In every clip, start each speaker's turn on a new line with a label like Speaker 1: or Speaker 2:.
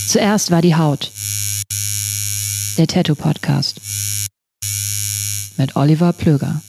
Speaker 1: Zuerst war die Haut. Der Tattoo-Podcast. Mit Oliver Plöger.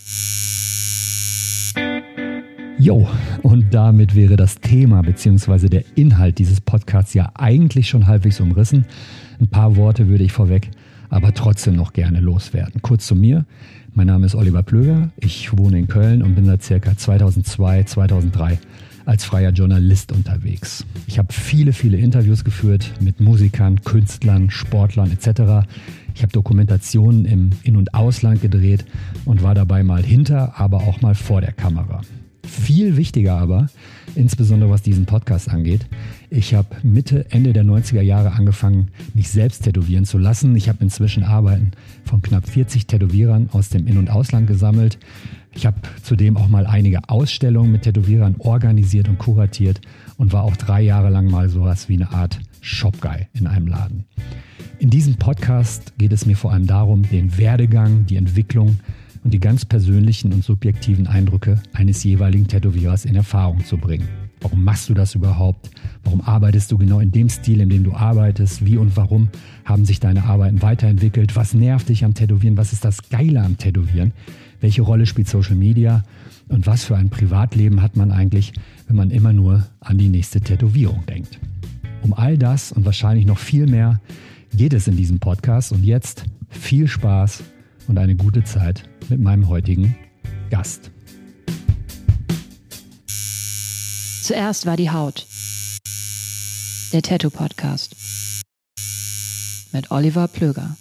Speaker 2: Jo, und damit wäre das Thema bzw. der Inhalt dieses Podcasts ja eigentlich schon halbwegs umrissen. Ein paar Worte würde ich vorweg, aber trotzdem noch gerne loswerden. Kurz zu mir. Mein Name ist Oliver Plöger. Ich wohne in Köln und bin seit ca. 2002, 2003 als freier Journalist unterwegs. Ich habe viele Interviews geführt mit Musikern, Künstlern, Sportlern etc. Ich habe Dokumentationen im In- und Ausland gedreht und war dabei mal hinter, aber auch mal vor der Kamera. Viel wichtiger aber, insbesondere was diesen Podcast angeht, ich habe Ende der 90er Jahre angefangen, mich selbst tätowieren zu lassen. Ich habe inzwischen Arbeiten von knapp 40 Tätowierern aus dem In- und Ausland gesammelt. Ich habe zudem auch mal einige Ausstellungen mit Tätowierern organisiert und kuratiert und war auch 3 Jahre lang mal sowas wie eine Art Shopguy in einem Laden. In diesem Podcast geht es mir vor allem darum, den Werdegang, die Entwicklung und die ganz persönlichen und subjektiven Eindrücke eines jeweiligen Tätowierers in Erfahrung zu bringen. Warum machst du das überhaupt? Warum arbeitest du genau in dem Stil, in dem du arbeitest? Wie und warum haben sich deine Arbeiten weiterentwickelt? Was nervt dich am Tätowieren? Was ist das Geile am Tätowieren? Welche Rolle spielt Social Media? Und was für ein Privatleben hat man eigentlich, wenn man immer nur an die nächste Tätowierung denkt? Um all das und wahrscheinlich noch viel mehr geht es in diesem Podcast. Und jetzt viel Spaß und eine gute Zeit mit meinem heutigen Gast.
Speaker 1: Zuerst war die Haut. Der Tattoo-Podcast. Mit Oliver Plöger.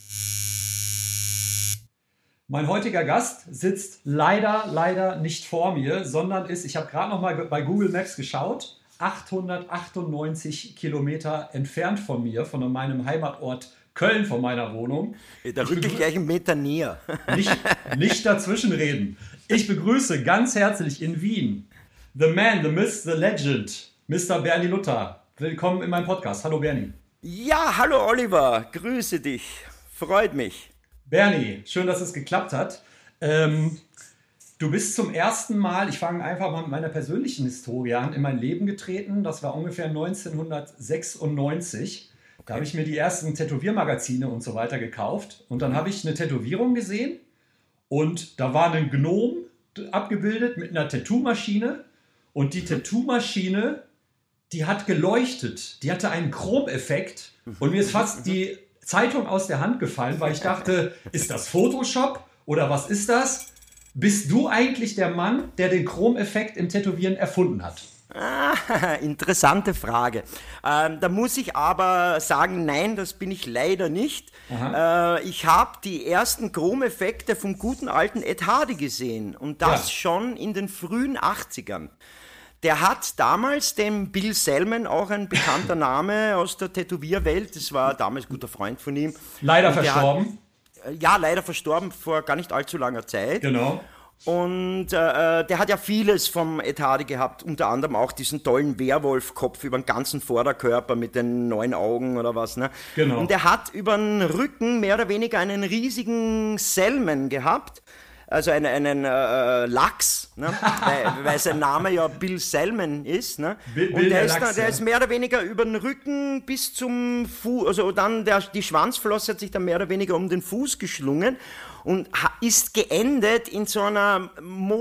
Speaker 3: Mein heutiger Gast sitzt leider nicht vor mir, sondern ich habe gerade noch mal bei Google Maps geschaut, 898 Kilometer entfernt von mir, von meinem Heimatort Köln, von meiner Wohnung.
Speaker 4: Da rücke ich gleich einen Meter näher.
Speaker 3: Nicht dazwischen reden. Ich begrüße ganz herzlich in Wien the man, the myth, the legend, Mr. Bernie Luther. Willkommen in meinem Podcast. Hallo Bernie.
Speaker 4: Ja, hallo Oliver, grüße dich. Freut mich.
Speaker 3: Bernie, schön, dass es geklappt hat. Du bist zum ersten Mal, ich fange einfach mal mit meiner persönlichen Historie an, in mein Leben getreten. Das war ungefähr 1996. Da habe ich mir die ersten Tätowiermagazine und so weiter gekauft. Und dann habe ich eine Tätowierung gesehen. Und da war ein Gnom abgebildet mit einer Tattoo-Maschine. Und die Tattoo-Maschine, die hat geleuchtet. Die hatte einen Chromeffekt. Und mir ist fast die Zeitung aus der Hand gefallen, weil ich dachte, ist das Photoshop oder was ist das? Bist du eigentlich der Mann, der den Chromeffekt im Tätowieren erfunden hat?
Speaker 4: Interessante Frage. Da muss ich aber sagen, nein, das bin ich leider nicht. Ich habe die ersten Chromeffekte vom guten alten Ed Hardy gesehen und das schon in den frühen 80ern. Der hat damals dem Bill Selman, auch ein bekannter Name aus der Tätowierwelt, das war damals ein guter Freund von ihm.
Speaker 3: Leider verstorben.
Speaker 4: Leider verstorben vor gar nicht allzu langer Zeit.
Speaker 3: Genau.
Speaker 4: Und der hat ja vieles vom Ed Hardy gehabt, unter anderem auch diesen tollen Werwolfkopf über den ganzen Vorderkörper mit den 9 Augen oder was. Ne?
Speaker 3: Genau.
Speaker 4: Und der hat über den Rücken mehr oder weniger einen riesigen Selman gehabt. Also einen Lachs, ne? weil sein Name ja Bill Selman ist. Ne? Und der ist mehr oder weniger über den Rücken bis zum Fuß, also dann die Schwanzflosse hat sich dann mehr oder weniger um den Fuß geschlungen und ist geendet in so einer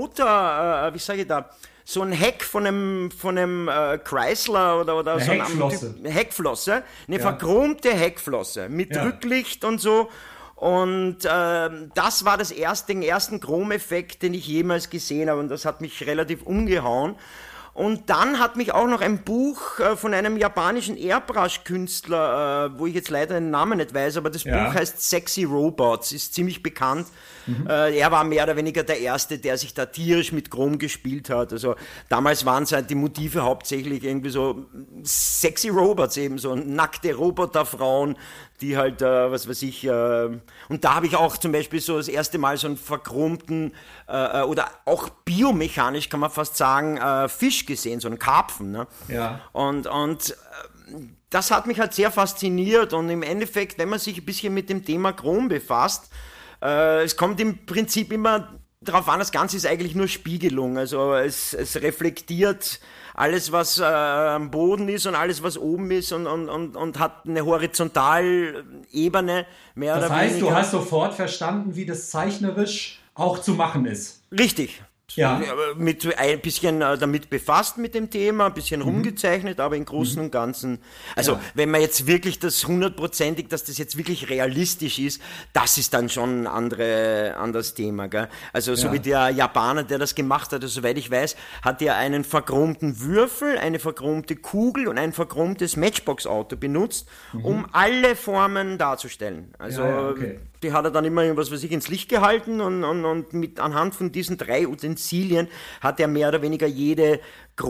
Speaker 4: so ein Heck von einem Chrysler oder
Speaker 3: eine
Speaker 4: so
Speaker 3: Heckflosse.
Speaker 4: Heckflosse, eine verchromte Heckflosse mit Rücklicht und so. Und das war den ersten Chromeffekt, den ich jemals gesehen habe und das hat mich relativ umgehauen. Und dann hat mich auch noch ein Buch von einem japanischen Airbrush-Künstler, wo ich jetzt leider den Namen nicht weiß, aber das Buch heißt Sexy Robots, ist ziemlich bekannt. Er war mehr oder weniger der Erste, der sich da tierisch mit Chrom gespielt hat. Also damals waren es halt die Motive hauptsächlich irgendwie so Sexy Robots, eben so nackte Roboterfrauen, die halt, und da habe ich auch zum Beispiel so das erste Mal so einen verchromten oder auch biomechanisch, kann man fast sagen, Fisch gesehen, so einen Karpfen. Ne?
Speaker 3: Ja.
Speaker 4: Und das hat mich halt sehr fasziniert und im Endeffekt, wenn man sich ein bisschen mit dem Thema Chrom befasst, es kommt im Prinzip immer darauf an, das Ganze ist eigentlich nur Spiegelung, also es reflektiert alles was am Boden ist und alles was oben ist und hat eine Horizontalebene mehr oder weniger.
Speaker 3: Das heißt, du hast sofort verstanden, wie das zeichnerisch auch zu machen ist.
Speaker 4: Richtig.
Speaker 3: Ja.
Speaker 4: Mit ein bisschen damit befasst mit dem Thema, ein bisschen rumgezeichnet, aber im Großen und Ganzen, also wenn man jetzt wirklich das 100%ig, dass das jetzt wirklich realistisch ist, das ist dann schon ein anderes Thema, gell? Also so wie der Japaner, der das gemacht hat, also, soweit ich weiß, hat er einen verchromten Würfel, eine verchromte Kugel und ein verchromtes Matchbox-Auto benutzt, um alle Formen darzustellen. Also die hat er dann immer, was weiß ich, ins Licht gehalten und mit anhand von diesen 3 Utensilien hat er mehr oder weniger jede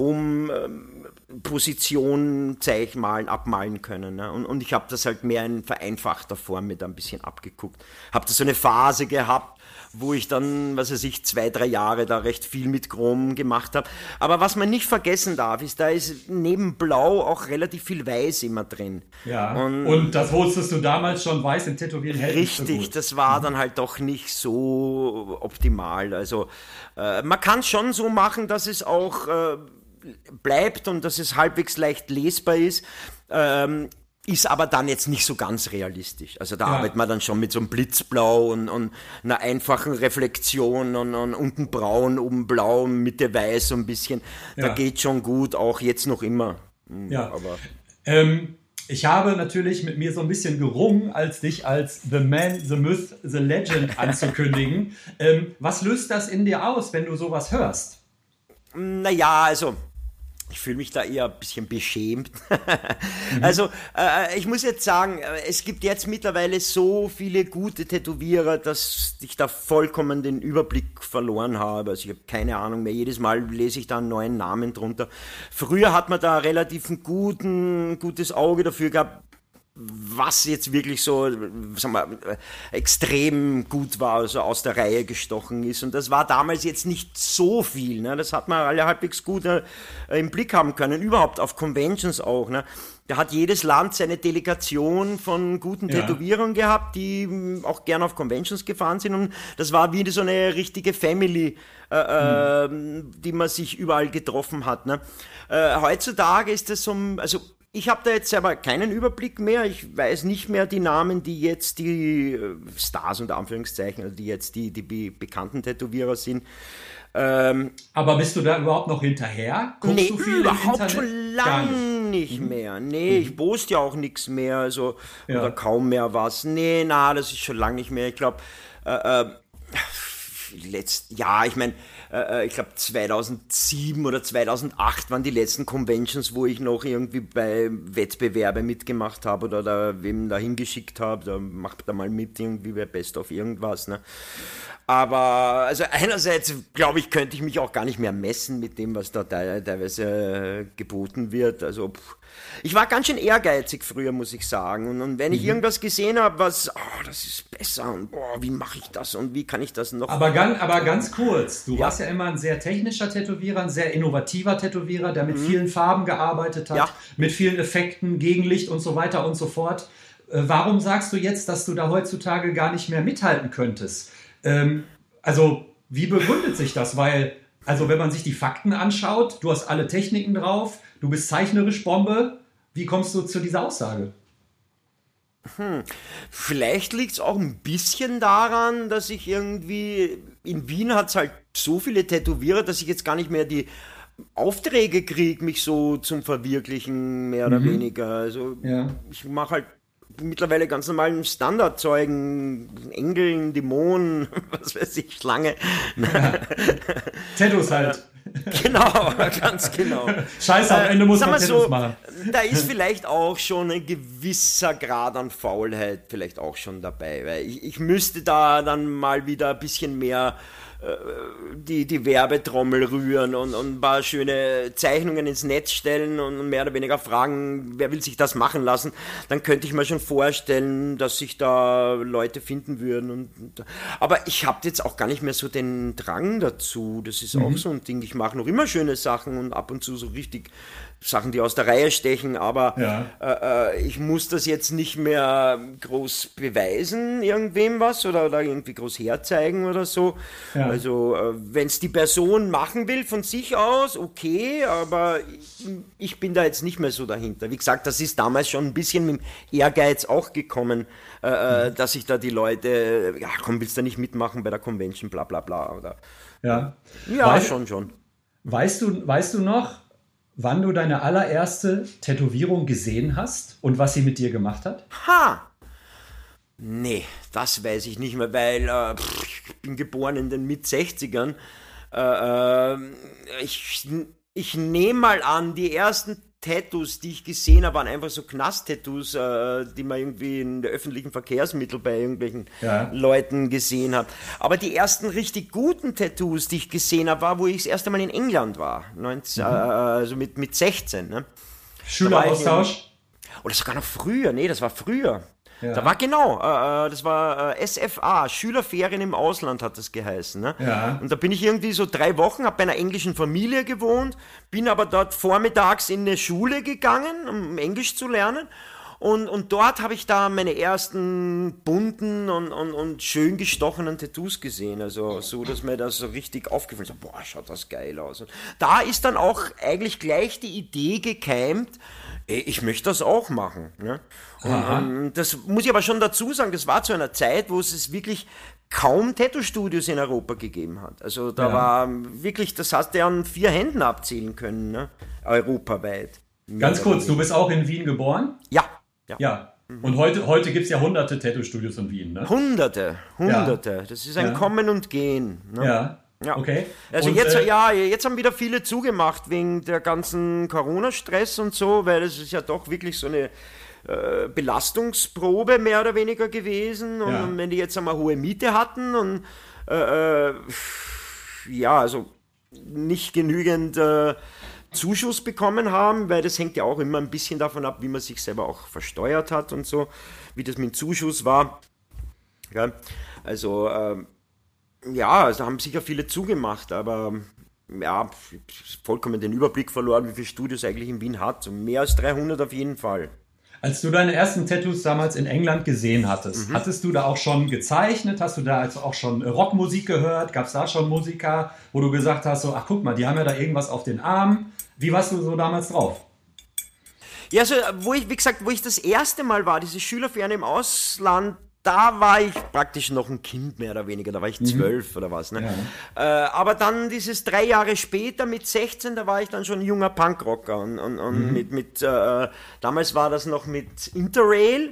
Speaker 4: Chrom-Position abmalen können. Ne? Und ich habe das halt mehr in vereinfachter Form mit ein bisschen abgeguckt. Habe da so eine Phase gehabt, wo ich dann, was weiß ich, 2-3 Jahre da recht viel mit Chrom gemacht habe. Aber was man nicht vergessen darf, ist, da ist neben Blau auch relativ viel Weiß immer drin.
Speaker 3: Ja, und das wusstest du damals schon, Weiß im Tätowieren hält nicht so
Speaker 4: richtig,
Speaker 3: gut.
Speaker 4: das war dann halt doch nicht so optimal. Also man kann es schon so machen, dass es auch bleibt und dass es halbwegs leicht lesbar ist. Ist aber dann jetzt nicht so ganz realistisch. Also da arbeitet man dann schon mit so einem Blitzblau und einer einfachen Reflexion und unten braun, oben blau, Mitte weiß so ein bisschen. Da geht schon gut, auch jetzt noch immer.
Speaker 3: Ja.
Speaker 4: Aber
Speaker 3: ich habe natürlich mit mir so ein bisschen gerungen, als dich als The Man, The Myth, The Legend anzukündigen. Was löst das in dir aus, wenn du sowas hörst?
Speaker 4: Naja, also ich fühle mich da eher ein bisschen beschämt. Also ich muss jetzt sagen, es gibt jetzt mittlerweile so viele gute Tätowierer, dass ich da vollkommen den Überblick verloren habe. Also ich habe keine Ahnung mehr. Jedes Mal lese ich da einen neuen Namen drunter. Früher hat man da relativ ein gutes Auge dafür gehabt, was jetzt wirklich so, sagen wir, extrem gut war, also aus der Reihe gestochen ist. Und das war damals jetzt nicht so viel. Ne? Das hat man alle halbwegs gut im Blick haben können. Überhaupt auf Conventions auch. Ne? Da hat jedes Land seine Delegation von guten Tätowierern gehabt, die auch gerne auf Conventions gefahren sind. Und das war wie so eine richtige Family, die man sich überall getroffen hat. Ne? Heutzutage ist das so, also ich habe da jetzt selber keinen Überblick mehr. Ich weiß nicht mehr die Namen, die jetzt die Stars unter Anführungszeichen, also die jetzt die bekannten Tätowierer sind.
Speaker 3: Aber bist du da überhaupt noch hinterher?
Speaker 4: Guckst du viel überhaupt schon lange nicht mehr. Nee, ich poste ja auch nichts mehr, also oder kaum mehr was. Nee, das ist schon lange nicht mehr. Ich glaube, ich meine, ich glaube 2007 oder 2008 waren die letzten Conventions, wo ich noch irgendwie bei Wettbewerbe mitgemacht habe oder da wem da hingeschickt habe, da macht da mal mit irgendwie bei Best of irgendwas, ne? Aber also einerseits, glaube ich, könnte ich mich auch gar nicht mehr messen mit dem, was da teilweise geboten wird. Also ich war ganz schön ehrgeizig früher, muss ich sagen. Und wenn ich irgendwas gesehen habe, was, das ist besser und wie mache ich das und wie kann ich das noch...
Speaker 3: Aber ganz kurz, du warst ja immer ein sehr technischer Tätowierer, ein sehr innovativer Tätowierer, der mit vielen Farben gearbeitet hat, mit vielen Effekten, Gegenlicht und so weiter und so fort. Warum sagst du jetzt, dass du da heutzutage gar nicht mehr mithalten könntest? Also, wie begründet sich das? Weil, also wenn man sich die Fakten anschaut, du hast alle Techniken drauf, du bist zeichnerisch Bombe. Wie kommst du zu dieser Aussage?
Speaker 4: Vielleicht liegt es auch ein bisschen daran, dass ich irgendwie, in Wien hat es halt so viele Tätowierer, dass ich jetzt gar nicht mehr die Aufträge kriege, mich so zum Verwirklichen, mehr oder weniger. Also ich mache halt mittlerweile ganz normalen Standardzeugen, Engeln, Dämonen, was weiß ich, Schlange.
Speaker 3: Tattoos halt.
Speaker 4: Genau, ganz genau.
Speaker 3: Scheiße, am Ende muss man Tattoos machen.
Speaker 4: Da ist vielleicht auch schon ein gewisser Grad an Faulheit vielleicht auch schon dabei, weil ich müsste da dann mal wieder ein bisschen mehr die Werbetrommel rühren und ein paar schöne Zeichnungen ins Netz stellen und mehr oder weniger fragen, wer will sich das machen lassen, dann könnte ich mir schon vorstellen, dass sich da Leute finden würden. Aber ich habe jetzt auch gar nicht mehr so den Drang dazu. Das ist auch so ein Ding. Ich mache noch immer schöne Sachen und ab und zu so richtig Sachen, die aus der Reihe stechen, aber ich muss das jetzt nicht mehr groß beweisen, irgendwem was oder irgendwie groß herzeigen oder so. Ja. Also, wenn es die Person machen will von sich aus, okay, aber ich bin da jetzt nicht mehr so dahinter. Wie gesagt, das ist damals schon ein bisschen mit dem Ehrgeiz auch gekommen, dass ich da die Leute, ja komm, willst du nicht mitmachen bei der Convention, bla bla bla. Oder,
Speaker 3: ja,
Speaker 4: schon.
Speaker 3: Weißt du noch, wann du deine allererste Tätowierung gesehen hast und was sie mit dir gemacht hat?
Speaker 4: Nee, das weiß ich nicht mehr, weil ich bin geboren in den Mit-60ern. Ich nehme mal an, die ersten Tattoos, die ich gesehen habe, waren einfach so Knast-Tattoos, die man irgendwie in der öffentlichen Verkehrsmittel bei irgendwelchen Leuten gesehen hat. Aber die ersten richtig guten Tattoos, die ich gesehen habe, war, wo ich das erste Mal in England war, also mit 16. Ne?
Speaker 3: Schüleraustausch?
Speaker 4: Oder sogar noch früher, nee, das war früher. Ja. Da war das war SFA, Schülerferien im Ausland hat das geheißen. Ne? Ja. Und da bin ich irgendwie so 3 Wochen, habe bei einer englischen Familie gewohnt, bin aber dort vormittags in eine Schule gegangen, um Englisch zu lernen. Und dort habe ich da meine ersten bunten und schön gestochenen Tattoos gesehen. Also so, dass mir das so richtig aufgefallen ist. Boah, schaut das geil aus. Und da ist dann auch eigentlich gleich die Idee gekeimt, ich möchte das auch machen. Ne? Und das muss ich aber schon dazu sagen, das war zu einer Zeit, wo es wirklich kaum Tattoo-Studios in Europa gegeben hat. Also da war wirklich, das hast du ja an 4 Händen abzählen können, ne? Europaweit.
Speaker 3: Ganz kurz, du bist auch in Wien geboren? Ja. Und heute gibt es ja hunderte Tattoo-Studios in Wien, ne?
Speaker 4: Hunderte. Das ist ein Kommen und Gehen. Ne?
Speaker 3: Ja, okay.
Speaker 4: Also jetzt haben wieder viele zugemacht wegen der ganzen Corona-Stress und so, weil das ist ja doch wirklich so eine Belastungsprobe mehr oder weniger gewesen. Und wenn die jetzt einmal hohe Miete hatten und also nicht genügend Zuschuss bekommen haben, weil das hängt ja auch immer ein bisschen davon ab, wie man sich selber auch versteuert hat und so, wie das mit dem Zuschuss war. Ja, also also haben sicher viele zugemacht, aber vollkommen den Überblick verloren, wie viele Studios eigentlich in Wien hat. So mehr als 300 auf jeden Fall.
Speaker 3: Als du deine ersten Tattoos damals in England gesehen hattest, hattest du da auch schon gezeichnet? Hast du da also auch schon Rockmusik gehört? Gab es da schon Musiker, wo du gesagt hast, so, ach guck mal, die haben ja da irgendwas auf den Armen. Wie warst du so damals drauf?
Speaker 4: Ja, also wo ich das erste Mal war, diese Schülerferien im Ausland, da war ich praktisch noch ein Kind mehr oder weniger, da war ich 12 oder was. Ne? Ja. Aber dann dieses 3 Jahre später mit 16, da war ich dann schon ein junger Punkrocker und damals war das noch mit Interrail.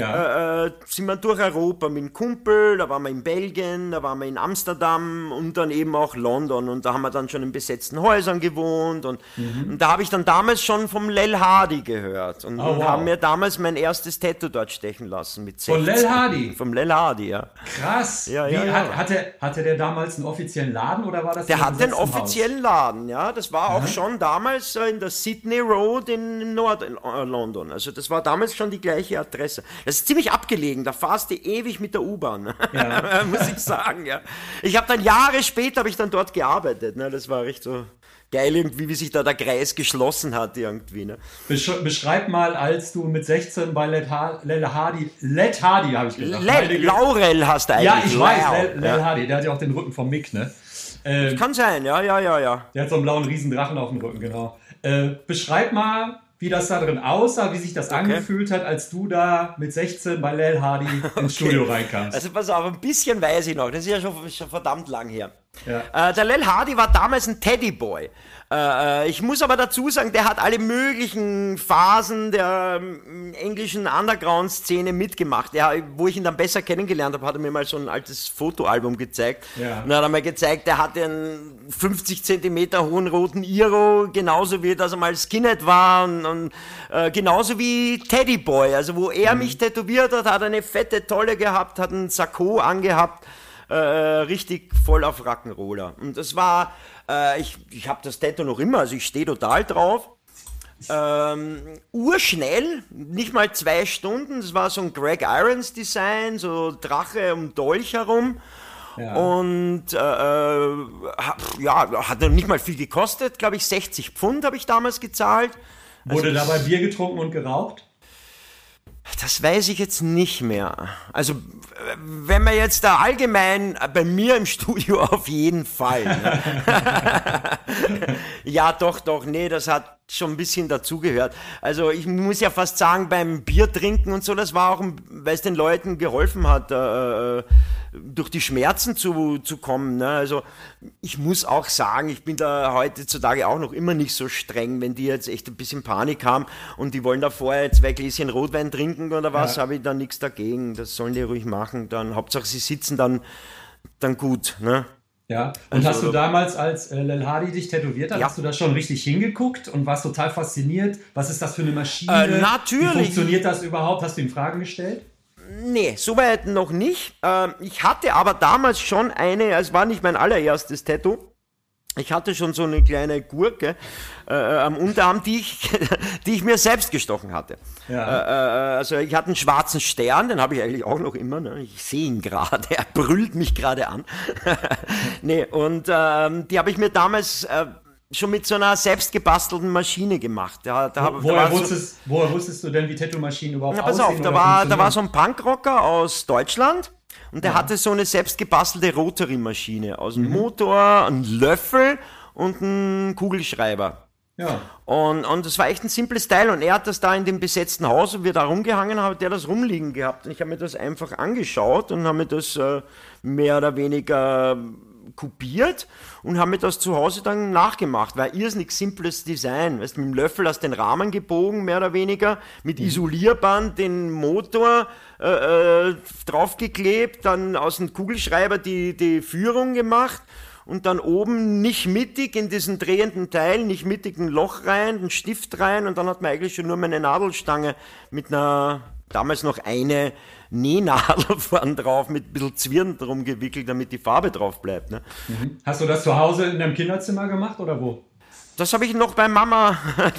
Speaker 4: Sind wir durch Europa mit einem Kumpel, da waren wir in Belgien, da waren wir in Amsterdam und dann eben auch London und da haben wir dann schon in besetzten Häusern gewohnt und da habe ich dann damals schon vom Lel Hardy gehört und haben mir damals mein erstes Tattoo dort stechen lassen mit 16.
Speaker 3: Von Lel Hardy?
Speaker 4: Vom Lel Hardy, ja.
Speaker 3: Krass. Ja. Hatte der damals einen offiziellen Laden oder war das?
Speaker 4: Der hatte einen offiziellen Laden, ja. Das war auch schon damals in der Sydney Road in Nord-London. Also das war damals schon die gleiche Adresse. Das ist ziemlich abgelegen, da fahrst du ewig mit der U-Bahn, muss ich sagen, ja. Ich habe dann Jahre später dort gearbeitet, ne? Das war recht so geil irgendwie, wie sich da der Kreis geschlossen hat irgendwie, ne?
Speaker 3: Beschreib mal, als du mit 16 bei Lel Hardy habe ich gesagt.
Speaker 4: Laurel hast du eigentlich.
Speaker 3: Ja, ich weiß, Lel Hardy, der hat ja auch den Rücken vom Mick, ne?
Speaker 4: Kann sein, ja.
Speaker 3: Der hat so einen blauen Riesendrachen auf dem Rücken, genau. Beschreib mal, wie das da drin aussah, wie sich das angefühlt hat, als du da mit 16 bei Lel Hardy ins Studio reinkamst.
Speaker 4: Also pass auf, ein bisschen weiß ich noch, das ist ja schon verdammt lang her. Ja. Der Lel Hardy war damals ein Teddyboy. Ich muss aber dazu sagen, der hat alle möglichen Phasen der englischen Underground-Szene mitgemacht. Wo ich ihn dann besser kennengelernt habe, hat er mir mal so ein altes Fotoalbum gezeigt. Ja. Und dann hat er mir gezeigt, der hatte einen 50 Zentimeter hohen roten Iro, genauso wie das er mal Skinhead war und genauso wie Teddyboy. Also wo er mich tätowiert hat, hat er eine fette Tolle gehabt, hat einen Sakko angehabt. Richtig voll auf Rock'n'Roller. Und das war, ich habe das Tattoo noch immer, also ich stehe total drauf. Urschnell, nicht mal 2 Stunden, das war so ein Greg Irons Design, so Drache um Dolch herum. Und hat noch nicht mal viel gekostet, glaube ich, 60 Pfund habe ich damals gezahlt.
Speaker 3: Wurde dabei Bier getrunken und geraucht?
Speaker 4: Das weiß ich jetzt nicht mehr. Also, wenn man jetzt da allgemein, bei mir im Studio auf jeden Fall. Ne? Ja, doch, nee, das hat schon ein bisschen dazugehört. Also, ich muss ja fast sagen, beim Bier trinken und so, das war auch, weil es den Leuten geholfen hat, durch die Schmerzen zu kommen. Ne? Also, ich muss auch sagen, ich bin da heutzutage auch noch immer nicht so streng, wenn die jetzt echt ein bisschen Panik haben und die wollen da vorher 2 Gläschen Rotwein trinken oder was, habe ich da nichts dagegen. Das sollen die ruhig machen. Dann Hauptsache, sie sitzen dann gut. Ne?
Speaker 3: Ja, und hast du damals, als Lel Hadi dich tätowiert hat, hast du da schon richtig hingeguckt und warst total fasziniert? Was ist das für eine Maschine?
Speaker 4: Natürlich.
Speaker 3: Wie funktioniert das überhaupt? Hast du ihm Fragen gestellt?
Speaker 4: Nee, soweit noch nicht. Ich hatte aber damals schon es war nicht mein allererstes Tattoo. Ich hatte schon so eine kleine Gurke am Unterarm, die ich mir selbst gestochen hatte. Ja. Also ich hatte einen schwarzen Stern, den habe ich eigentlich auch noch immer. Ne? Ich sehe ihn gerade, er brüllt mich gerade an. Nee, und die habe ich mir damals schon mit so einer selbstgebastelten Maschine gemacht.
Speaker 3: Woher wusstest du denn, wie Tattoo-Maschinen überhaupt aussehen?
Speaker 4: Pass auf, da war so ein Punkrocker aus Deutschland und der hatte so eine selbstgebastelte Rotary-Maschine aus einem Motor, einem Löffel und einem Kugelschreiber. Ja. Und das war echt ein simples Teil und er hat das da in dem besetzten Haus, wo wir da rumgehangen haben, der das rumliegen gehabt und ich habe mir das einfach angeschaut und habe mir das mehr oder weniger kopiert und haben mir das zu Hause dann nachgemacht. War irrsinnig simples Design. Weißt, mit dem Löffel hast den Rahmen gebogen, mehr oder weniger, mit Isolierband den Motor draufgeklebt, dann aus dem Kugelschreiber die Führung gemacht und dann oben nicht mittig in diesen drehenden Teil, nicht mittig ein Loch rein, einen Stift rein und dann hat man eigentlich schon nur meine Nadelstange mit einer, damals noch eine Nähnadel vorn drauf mit ein bisschen Zwirn drum gewickelt, damit die Farbe drauf bleibt. Ne?
Speaker 3: Hast du das zu Hause in deinem Kinderzimmer gemacht oder wo?
Speaker 4: Das habe ich noch bei Mama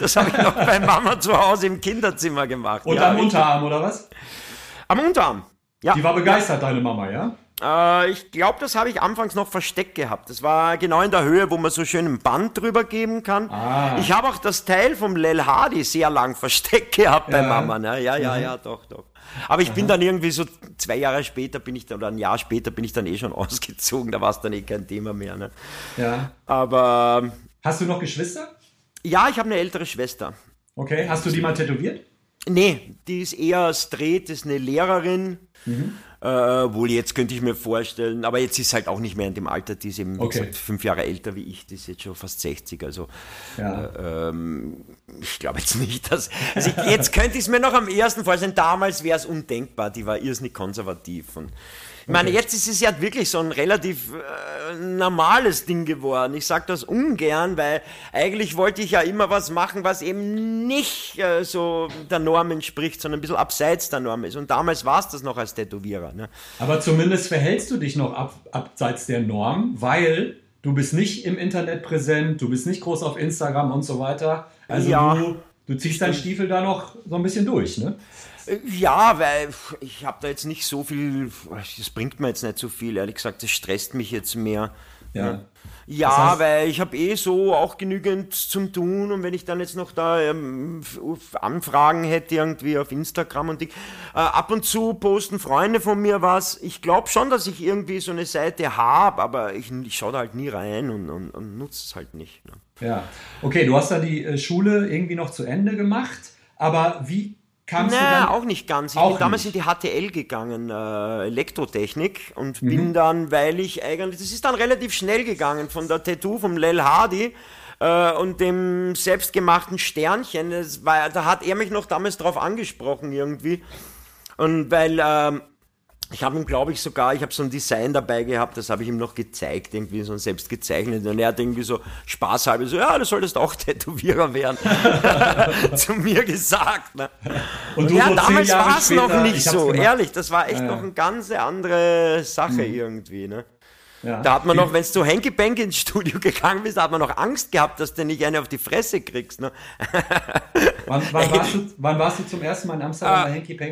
Speaker 4: zu Hause im Kinderzimmer gemacht.
Speaker 3: Und am Unterarm, oder was?
Speaker 4: Am Unterarm, ja.
Speaker 3: Die war begeistert, deine Mama, ja?
Speaker 4: Ich glaube, das habe ich anfangs noch versteckt gehabt. Das war genau in der Höhe, wo man so schön ein Band drüber geben kann. Ich habe auch das Teil vom Lel Hadi sehr lang versteckt gehabt bei Mama. Ne? Ja, doch. Aber ich bin dann irgendwie so 2 Jahre später oder ein Jahr später bin ich dann schon ausgezogen. Da war es dann kein Thema mehr. Ne? Ja. Aber...
Speaker 3: Hast du noch Geschwister?
Speaker 4: Ja, ich habe eine ältere Schwester.
Speaker 3: Okay, hast du die mal tätowiert?
Speaker 4: Nee, die ist eher straight, ist eine Lehrerin. Wohl jetzt könnte ich mir vorstellen, aber jetzt ist halt auch nicht mehr in dem Alter, die ist eben wie gesagt, 5 Jahre älter wie ich, die ist jetzt schon fast 60, also ich glaube jetzt nicht, dass, also jetzt könnte ich es mir noch am ehesten vorstellen, damals wäre es undenkbar, die war irrsinnig konservativ und ich meine, jetzt ist es ja wirklich so ein relativ normales Ding geworden. Ich sage das ungern, weil eigentlich wollte ich ja immer was machen, was eben nicht so der Norm entspricht, sondern ein bisschen abseits der Norm ist. Und damals war es das noch als Tätowierer. Ne?
Speaker 3: Aber zumindest verhältst du dich noch abseits der Norm, weil du bist nicht im Internet präsent, du bist nicht groß auf Instagram und so weiter. Also du ziehst deinen Stiefel da noch so ein bisschen durch, ne?
Speaker 4: Ja, weil ich habe da jetzt nicht so viel, das bringt mir jetzt nicht so viel, ehrlich gesagt, das stresst mich jetzt mehr. Ja, das heißt, weil ich habe so auch genügend zum Tun und wenn ich dann jetzt noch da Anfragen hätte irgendwie auf Instagram und ab und zu posten Freunde von mir was. Ich glaube schon, dass ich irgendwie so eine Seite habe, aber ich schaue da halt nie rein und nutze es halt nicht. Ne?
Speaker 3: Ja, okay, du hast da die Schule irgendwie noch zu Ende gemacht, aber wie kamst du dann?
Speaker 4: Auch nicht ganz. Ich bin damals in die HTL gegangen, Elektrotechnik und bin dann, weil ich eigentlich, das ist dann relativ schnell gegangen von der Tattoo vom Lel Hadi und dem selbstgemachten Sternchen. Da hat er mich noch damals drauf angesprochen irgendwie und weil ich habe ihm, glaube ich, sogar, ich habe so ein Design dabei gehabt, das habe ich ihm noch gezeigt, irgendwie so ein selbst gezeichnet. Und er hat irgendwie so spaßhalber so, ja, du solltest auch Tätowierer werden, zu mir gesagt. Ne? Und ja, so damals war es noch nicht so, ehrlich, das war echt noch eine ganz andere Sache irgendwie. Ne? Ja. Da hat man noch, wenn du Hanky Panky ins Studio gegangen bist, da hat man noch Angst gehabt, dass du nicht eine auf die Fresse kriegst. Ne?
Speaker 3: Wann warst du zum ersten Mal in Amsterdam bei Hanky Panky?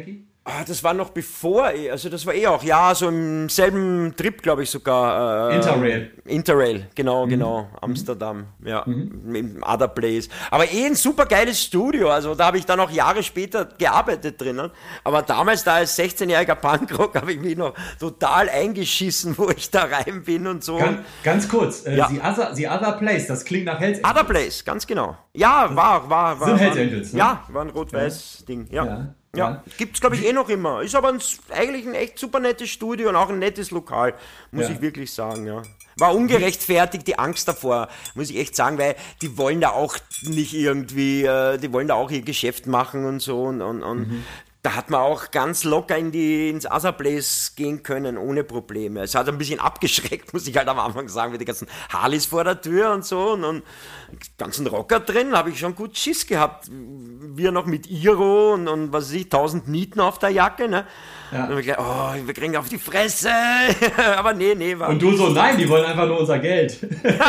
Speaker 4: Das war noch bevor, also das war auch, ja, so im selben Trip, glaube ich sogar. Interrail, genau, Amsterdam, ja, im Other Place. Aber ein super geiles Studio, also da habe ich dann auch Jahre später gearbeitet drinnen. Aber damals, da als 16-jähriger Punkrock, habe ich mich noch total eingeschissen, wo ich da rein bin und so.
Speaker 3: Ganz kurz, The Other Place, das klingt nach Hells Angels.
Speaker 4: Other Place, ganz genau. Ja, war.
Speaker 3: Sind Hells Angels, ne?
Speaker 4: Ja, war ein Rot-Weiß-Ding, ja. Gibt's, glaube ich, noch immer. Ist aber eigentlich ein echt super nettes Studio und auch ein nettes Lokal, muss ich wirklich sagen, ja. War ungerechtfertigt die Angst davor, muss ich echt sagen, weil die wollen da auch nicht irgendwie, die wollen da auch ihr Geschäft machen und so und da hat man auch ganz locker ins Other Place gehen können, ohne Probleme. Es hat ein bisschen abgeschreckt, muss ich halt am Anfang sagen, mit den ganzen Harleys vor der Tür und so und ganzen Rocker drin, habe ich schon gut Schiss gehabt. Wir noch mit Iro und was weiß ich, 1000 Nieten auf der Jacke, ne? Ja. Und wir kriegen auf die Fresse. Aber nee.
Speaker 3: Und du so, nein, die wollen einfach nur unser Geld.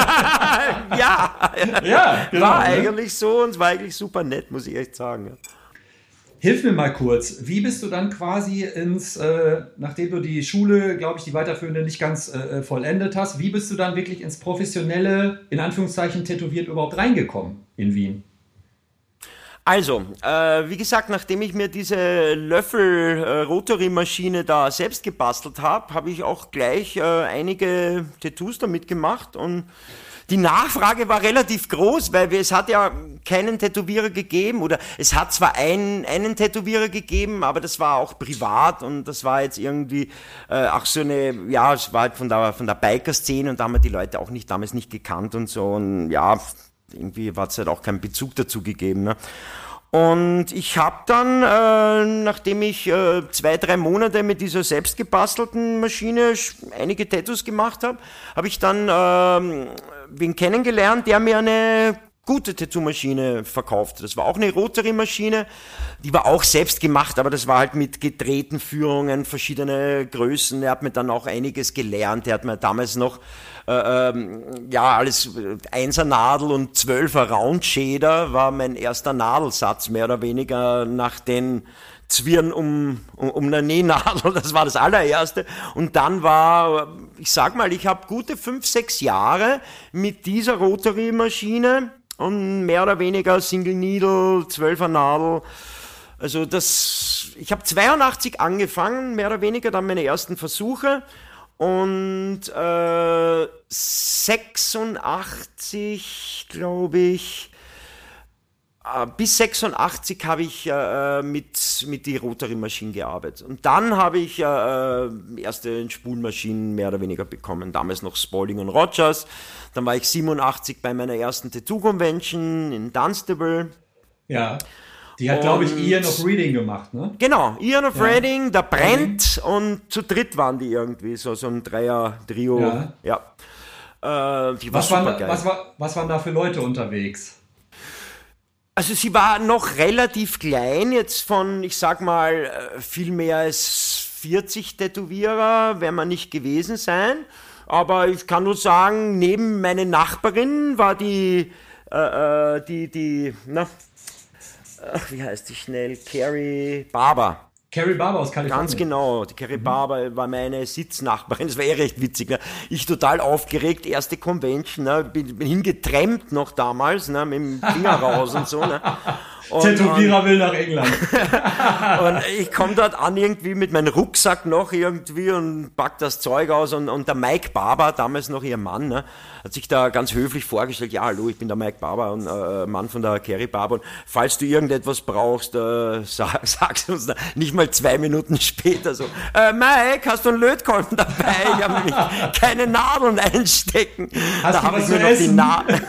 Speaker 4: Ja,
Speaker 3: genau,
Speaker 4: war eigentlich so und es war eigentlich super nett, muss ich echt sagen. Ja.
Speaker 3: Hilf mir mal kurz, wie bist du dann quasi nachdem du die Schule, glaube ich, die weiterführende nicht ganz vollendet hast, wie bist du dann wirklich ins professionelle, in Anführungszeichen tätowiert überhaupt reingekommen in Wien?
Speaker 4: Also, wie gesagt, nachdem ich mir diese Löffel-Rotary-Maschine da selbst gebastelt habe, habe ich auch gleich einige Tattoos damit gemacht und die Nachfrage war relativ groß, weil es hat ja keinen Tätowierer gegeben oder es hat zwar einen Tätowierer gegeben, aber das war auch privat und das war jetzt irgendwie auch so eine, ja, es war halt von der Biker-Szene und da haben wir die Leute auch damals nicht gekannt und so und ja, irgendwie hat es halt auch keinen Bezug dazu gegeben, ne? Und ich habe dann, nachdem ich 2-3 Monate mit dieser selbst gebastelten Maschine einige Tattoos gemacht habe, habe ich dann wen kennengelernt, der mir eine gute Tattoo-Maschine verkauft. Das war auch eine Rotary-Maschine, die war auch selbst gemacht, aber das war halt mit gedrehten Führungen, verschiedene Größen. Er hat mir dann auch einiges gelernt. Er hat mir damals noch alles 1er Nadel und 12er Roundschäder war mein erster Nadelsatz, mehr oder weniger nach den Zwirn um eine Nähnadel, das war das allererste. Und dann war, ich sag mal, ich habe gute 5-6 Jahre mit dieser Rotary-Maschine und mehr oder weniger Single Needle, 12er Nadel. Also ich habe 82 angefangen, mehr oder weniger dann meine ersten Versuche. Und 86, glaube ich, bis 86 habe ich mit die Rotary-Maschinen gearbeitet. Und dann habe ich erste Spulmaschinen mehr oder weniger bekommen. Damals noch Spalding und Rogers. Dann war ich 87 bei meiner ersten Tattoo-Convention in Dunstable.
Speaker 3: Ja. Die hat, glaube ich, Ian of Reading gemacht, ne?
Speaker 4: Genau, Ian of Reading, der Brent und zu dritt waren die irgendwie, so ein Dreier-Trio. Ja. Die war super geil.
Speaker 3: Was waren da für Leute unterwegs?
Speaker 4: Also sie war noch relativ klein, jetzt von, ich sag mal, viel mehr als 40 Tätowierer werden wir nicht gewesen sein. Aber ich kann nur sagen, neben meiner Nachbarin war wie heißt die schnell? Carrie Barber.
Speaker 3: Carrie Barber aus Kalifornien.
Speaker 4: Ganz genau, die Carrie Barber war meine Sitznachbarin, das war recht witzig. Ne? Ich total aufgeregt, erste Convention, ne? bin hingetrennt noch damals, ne? Mit dem Finger raus und so. Ne?
Speaker 3: Tätowierer will nach England.
Speaker 4: Und ich komme dort an irgendwie mit meinem Rucksack noch irgendwie und pack das Zeug aus und der Mike Barber, damals noch ihr Mann, ne? Hat sich da ganz höflich vorgestellt, ja hallo, ich bin der Mike Barber und Mann von der Carrie Barber und falls du irgendetwas brauchst, sag's uns da. Nicht mal 2 Minuten später so, Mike, hast du einen Lötkolben dabei? Ich habe nämlich keine Nadeln einstecken. Da habe ich nur noch die Nadeln.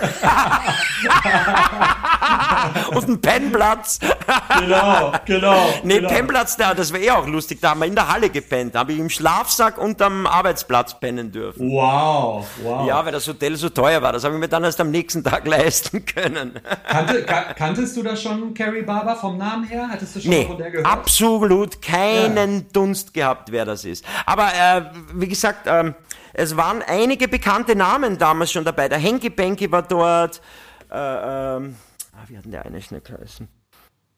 Speaker 4: Und einen Pennplatz.
Speaker 3: Genau.
Speaker 4: Nee, Pennplatz, das war auch lustig. Da haben wir in der Halle gepennt. Da habe ich im Schlafsack unterm Arbeitsplatz pennen dürfen.
Speaker 3: Wow.
Speaker 4: Ja, weil das Hotel so teuer war. Das habe ich mir dann erst am nächsten Tag leisten können.
Speaker 3: Kanntest du das schon, Carrie Barber, vom Namen her? Hattest du schon mal von der gehört?
Speaker 4: Absolut keinen Dunst gehabt, wer das ist. Aber wie gesagt, es waren einige bekannte Namen damals schon dabei. Der Henki Benki war dort. Wie hat denn der eine schnell geheißen?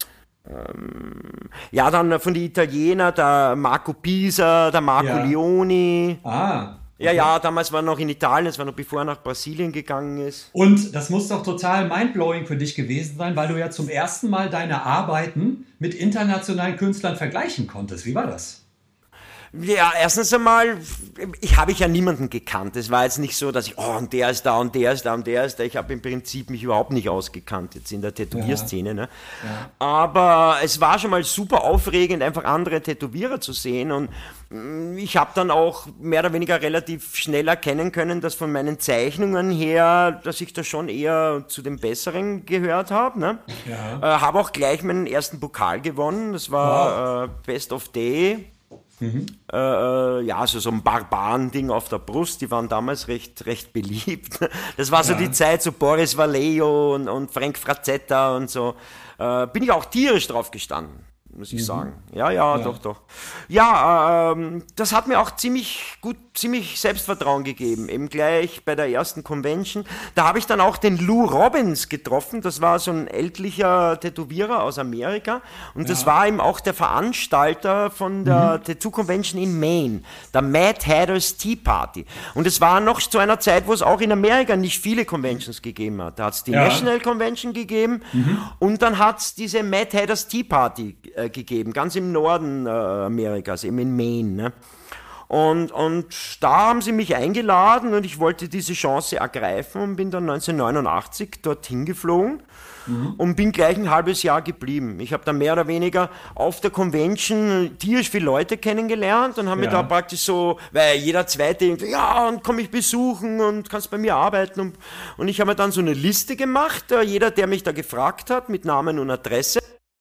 Speaker 4: Ja, dann von den Italienern, der Marco Pisa, der Marco Leoni.
Speaker 3: Ah.
Speaker 4: Okay. Ja, damals war er noch in Italien, das war noch bevor er nach Brasilien gegangen ist.
Speaker 3: Und das muss doch total mindblowing für dich gewesen sein, weil du ja zum ersten Mal deine Arbeiten mit internationalen Künstlern vergleichen konntest. Wie war das?
Speaker 4: Ja, erstens einmal, ich habe ja niemanden gekannt. Es war jetzt nicht so, dass ich, und der ist da und der ist da und der ist da. Ich habe im Prinzip mich überhaupt nicht ausgekannt jetzt in der Tätowierszene. Ne? Ja. Aber es war schon mal super aufregend, einfach andere Tätowierer zu sehen. Und ich habe dann auch mehr oder weniger relativ schnell erkennen können, dass von meinen Zeichnungen her, dass ich da schon eher zu den Besseren gehört habe. Ne? Ja. Habe auch gleich meinen ersten Pokal gewonnen. Das war Best of Day. Also so ein Barbaren-Ding auf der Brust, die waren damals recht beliebt. Das war so die Zeit, so Boris Vallejo und Frank Frazetta und so. Bin ich auch tierisch drauf gestanden, muss ich sagen. Ja, doch. Ja, das hat mir auch ziemlich Selbstvertrauen gegeben, eben gleich bei der ersten Convention. Da habe ich dann auch den Lou Robbins getroffen, das war so ein ältlicher Tätowierer aus Amerika und das war eben auch der Veranstalter von der Tattoo Convention in Maine, der Mad Hatter's Tea Party. Und es war noch zu einer Zeit, wo es auch in Amerika nicht viele Conventions gegeben hat. Da hat es die National Convention gegeben und dann hat es diese Mad Hatter's Tea Party gegeben, ganz im Norden Amerikas, eben in Maine. Ne? Und da haben sie mich eingeladen und ich wollte diese Chance ergreifen und bin dann 1989 dorthin geflogen und bin gleich ein halbes Jahr geblieben. Ich habe da mehr oder weniger auf der Convention tierisch viele Leute kennengelernt und haben mir da praktisch so, weil jeder Zweite irgendwie, und komm mich besuchen und kannst bei mir arbeiten. Und ich habe mir dann so eine Liste gemacht, jeder, der mich da gefragt hat, mit Namen und Adresse.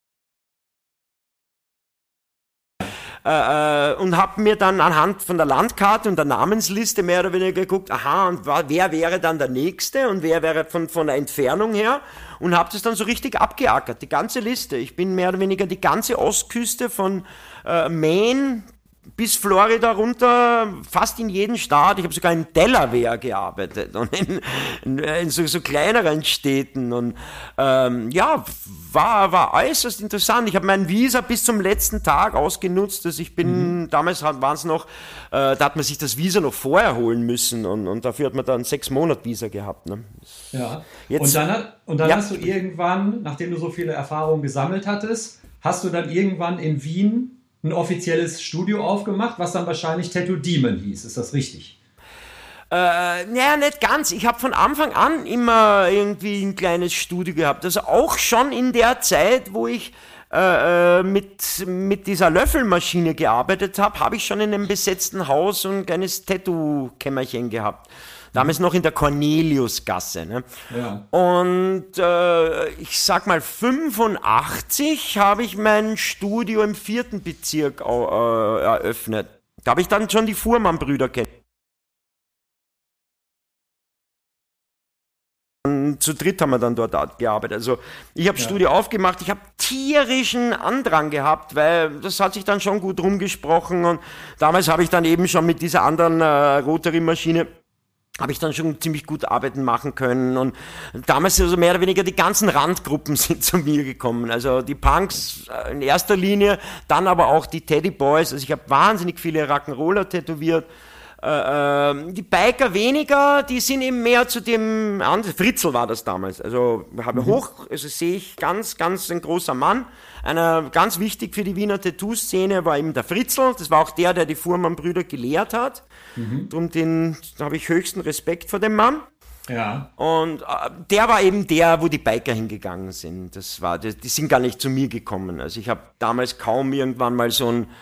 Speaker 4: Und habe mir dann anhand von der Landkarte und der Namensliste mehr oder weniger geguckt, und wer wäre dann der Nächste und wer wäre von der Entfernung her und habe das dann so richtig abgeackert, die ganze Liste. Ich bin mehr oder weniger die ganze Ostküste von Maine bis Florida runter, fast in jeden Staat. Ich habe sogar in Delaware gearbeitet und in so kleineren Städten und war äußerst interessant. Ich habe mein Visa bis zum letzten Tag ausgenutzt. Also ich bin, damals waren es noch, da hat man sich das Visa noch vorher holen müssen und dafür hat man dann 6 Monate Visa gehabt. Ne?
Speaker 3: Ja. Jetzt, und dann hast du irgendwann, nachdem du so viele Erfahrungen gesammelt hattest, hast du dann irgendwann in Wien ein offizielles Studio aufgemacht, was dann wahrscheinlich Tattoo Demon hieß. Ist das richtig?
Speaker 4: Naja, nicht ganz. Ich habe von Anfang an immer irgendwie ein kleines Studio gehabt. Also auch schon in der Zeit, wo ich mit dieser Löffelmaschine gearbeitet habe, habe ich schon in einem besetzten Haus ein kleines Tattoo-Kämmerchen gehabt. Damals noch in der Corneliusgasse. Ne? Ja. Und ich sag mal, 85 habe ich mein Studio im 4. Bezirk eröffnet. Da habe ich dann schon die Fuhrmann-Brüder kennengelernt. Zu dritt haben wir dann dort gearbeitet. Also ich habe Studio aufgemacht, ich habe tierischen Andrang gehabt, weil das hat sich dann schon gut rumgesprochen und damals habe ich dann eben schon mit dieser anderen Rotary-Maschine habe ich dann schon ziemlich gut Arbeiten machen können und damals also mehr oder weniger die ganzen Randgruppen sind zu mir gekommen, also die Punks in erster Linie, dann aber auch die Teddy Boys, also ich habe wahnsinnig viele Rock'n'Roller tätowiert, die Biker weniger, die sind eben mehr zu dem, Fritzl war das damals, also sehe ich ganz ein großer Mann, einer ganz wichtig für die Wiener Tattoo-Szene war eben der Fritzl, das war auch der die Fuhrmann-Brüder gelehrt hat, drum da habe ich höchsten Respekt vor dem Mann. Ja. Und der war eben der, wo die Biker hingegangen sind, die sind gar nicht zu mir gekommen, also ich habe damals kaum irgendwann mal so ein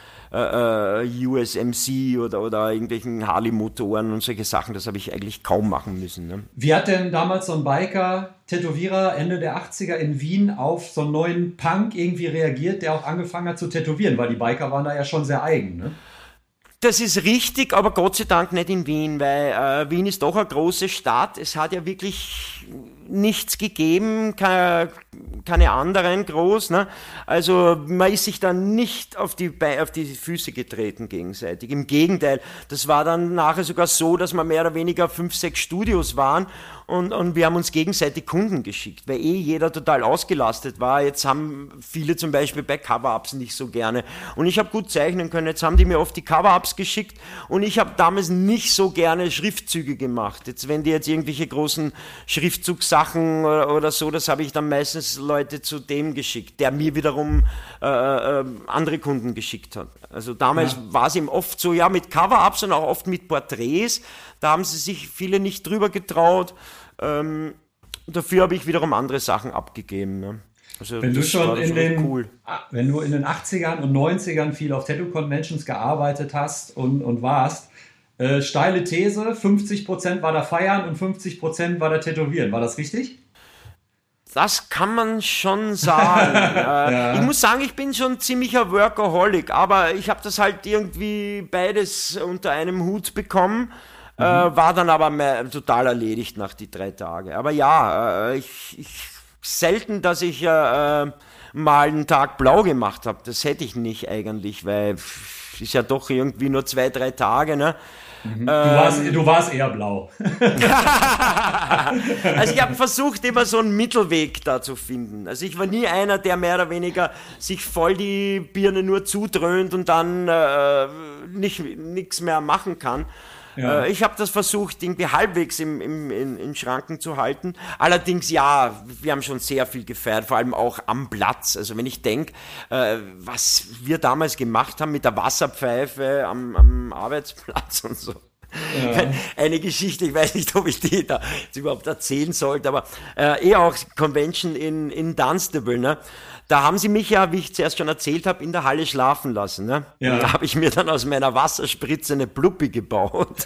Speaker 4: USMC oder irgendwelchen Harley-Motoren und solche Sachen, das habe ich eigentlich kaum machen müssen. Ne?
Speaker 3: Wie hat denn damals so ein Biker-Tätowierer Ende der 80er in Wien auf so einen neuen Punk irgendwie reagiert, der auch angefangen hat zu tätowieren? Weil die Biker waren da ja schon sehr eigen, ne?
Speaker 4: Das ist richtig, aber Gott sei Dank nicht in Wien, weil Wien ist doch eine große Stadt. Es hat ja wirklich nichts gegeben, keine anderen groß, ne? Also man ist sich dann nicht auf die Füße getreten gegenseitig. Im Gegenteil, das war dann nachher sogar so, dass wir mehr oder weniger 5, 6 Studios waren und wir haben uns gegenseitig Kunden geschickt, weil jeder total ausgelastet war. Jetzt haben viele zum Beispiel bei Cover-Ups nicht so gerne und ich habe gut zeichnen können. Jetzt haben die mir oft die Cover-Ups geschickt und ich habe damals nicht so gerne Schriftzüge gemacht. Jetzt, wenn die jetzt irgendwelche großen Schriftzugsachen oder so, das habe ich dann meistens Leute zu dem geschickt, der mir wiederum andere Kunden geschickt hat. Also damals war es eben oft so, ja, mit Cover-Ups und auch oft mit Porträts, da haben sie sich viele nicht drüber getraut. Dafür habe ich wiederum andere Sachen abgegeben. Ne? Also
Speaker 3: wenn du schon
Speaker 4: cool.
Speaker 3: Wenn du in den 80ern und 90ern viel auf Tattoo-Conventions gearbeitet hast und warst, steile These, 50% war da Feiern und 50% war da Tätowieren. War das richtig?
Speaker 4: Das kann man schon sagen. Ja. Ich muss sagen, ich bin schon ein ziemlicher Workaholic, aber ich habe das halt irgendwie beides unter einem Hut bekommen. War dann aber total erledigt nach die 3 Tage. Aber ja, selten, dass ich mal einen Tag blau gemacht habe. Das hätte ich nicht eigentlich, weil es ist ja doch irgendwie nur 2, 3 Tage, ne?
Speaker 3: Du warst eher blau.
Speaker 4: Also ich habe versucht, immer so einen Mittelweg da zu finden. Also ich war nie einer, der mehr oder weniger sich voll die Birne nur zudröhnt und dann nichts mehr machen kann. Ja. Ich habe das versucht, irgendwie halbwegs in Schranken zu halten. Allerdings, ja, wir haben schon sehr viel gefeiert, vor allem auch am Platz. Also wenn ich denke, was wir damals gemacht haben mit der Wasserpfeife am Arbeitsplatz und so. Ja. Eine Geschichte, ich weiß nicht, ob ich die da jetzt überhaupt erzählen sollte, aber auch Convention in Dunstable, ne? Da haben sie mich ja, wie ich zuerst schon erzählt habe, in der Halle schlafen lassen. Ne? Ja. Da habe ich mir dann aus meiner Wasserspritze eine Pluppi gebaut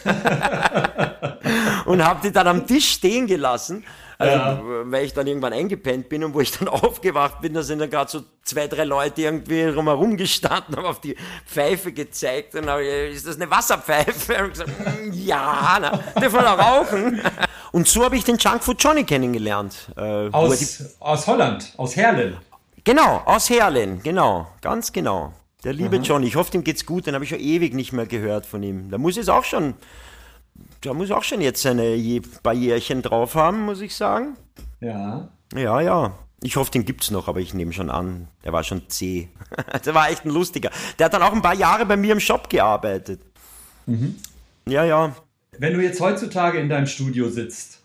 Speaker 4: und habe die dann am Tisch stehen gelassen, weil ich dann irgendwann eingepennt bin und wo ich dann aufgewacht bin, da sind dann gerade so 2, 3 Leute irgendwie drumherum gestanden, haben auf die Pfeife gezeigt und habe ich, ist das eine Wasserpfeife? Und ich gesagt, ja, dürfen wir rauchen? Und so habe ich den Junkfood Johnny kennengelernt.
Speaker 3: Aus Holland, aus Heerlen.
Speaker 4: Genau, aus Heerlen, genau, ganz genau. Der liebe Johnny, ich hoffe, dem geht's gut, den habe ich schon ewig nicht mehr gehört von ihm. Der muss auch schon jetzt seine paar Jährchen drauf haben, muss ich sagen.
Speaker 3: Ja.
Speaker 4: Ja. Ich hoffe, den gibt's noch, aber ich nehme schon an, der war schon zäh. Der war echt ein lustiger. Der hat dann auch ein paar Jahre bei mir im Shop gearbeitet. Mhm. Ja.
Speaker 3: Wenn du jetzt heutzutage in deinem Studio sitzt,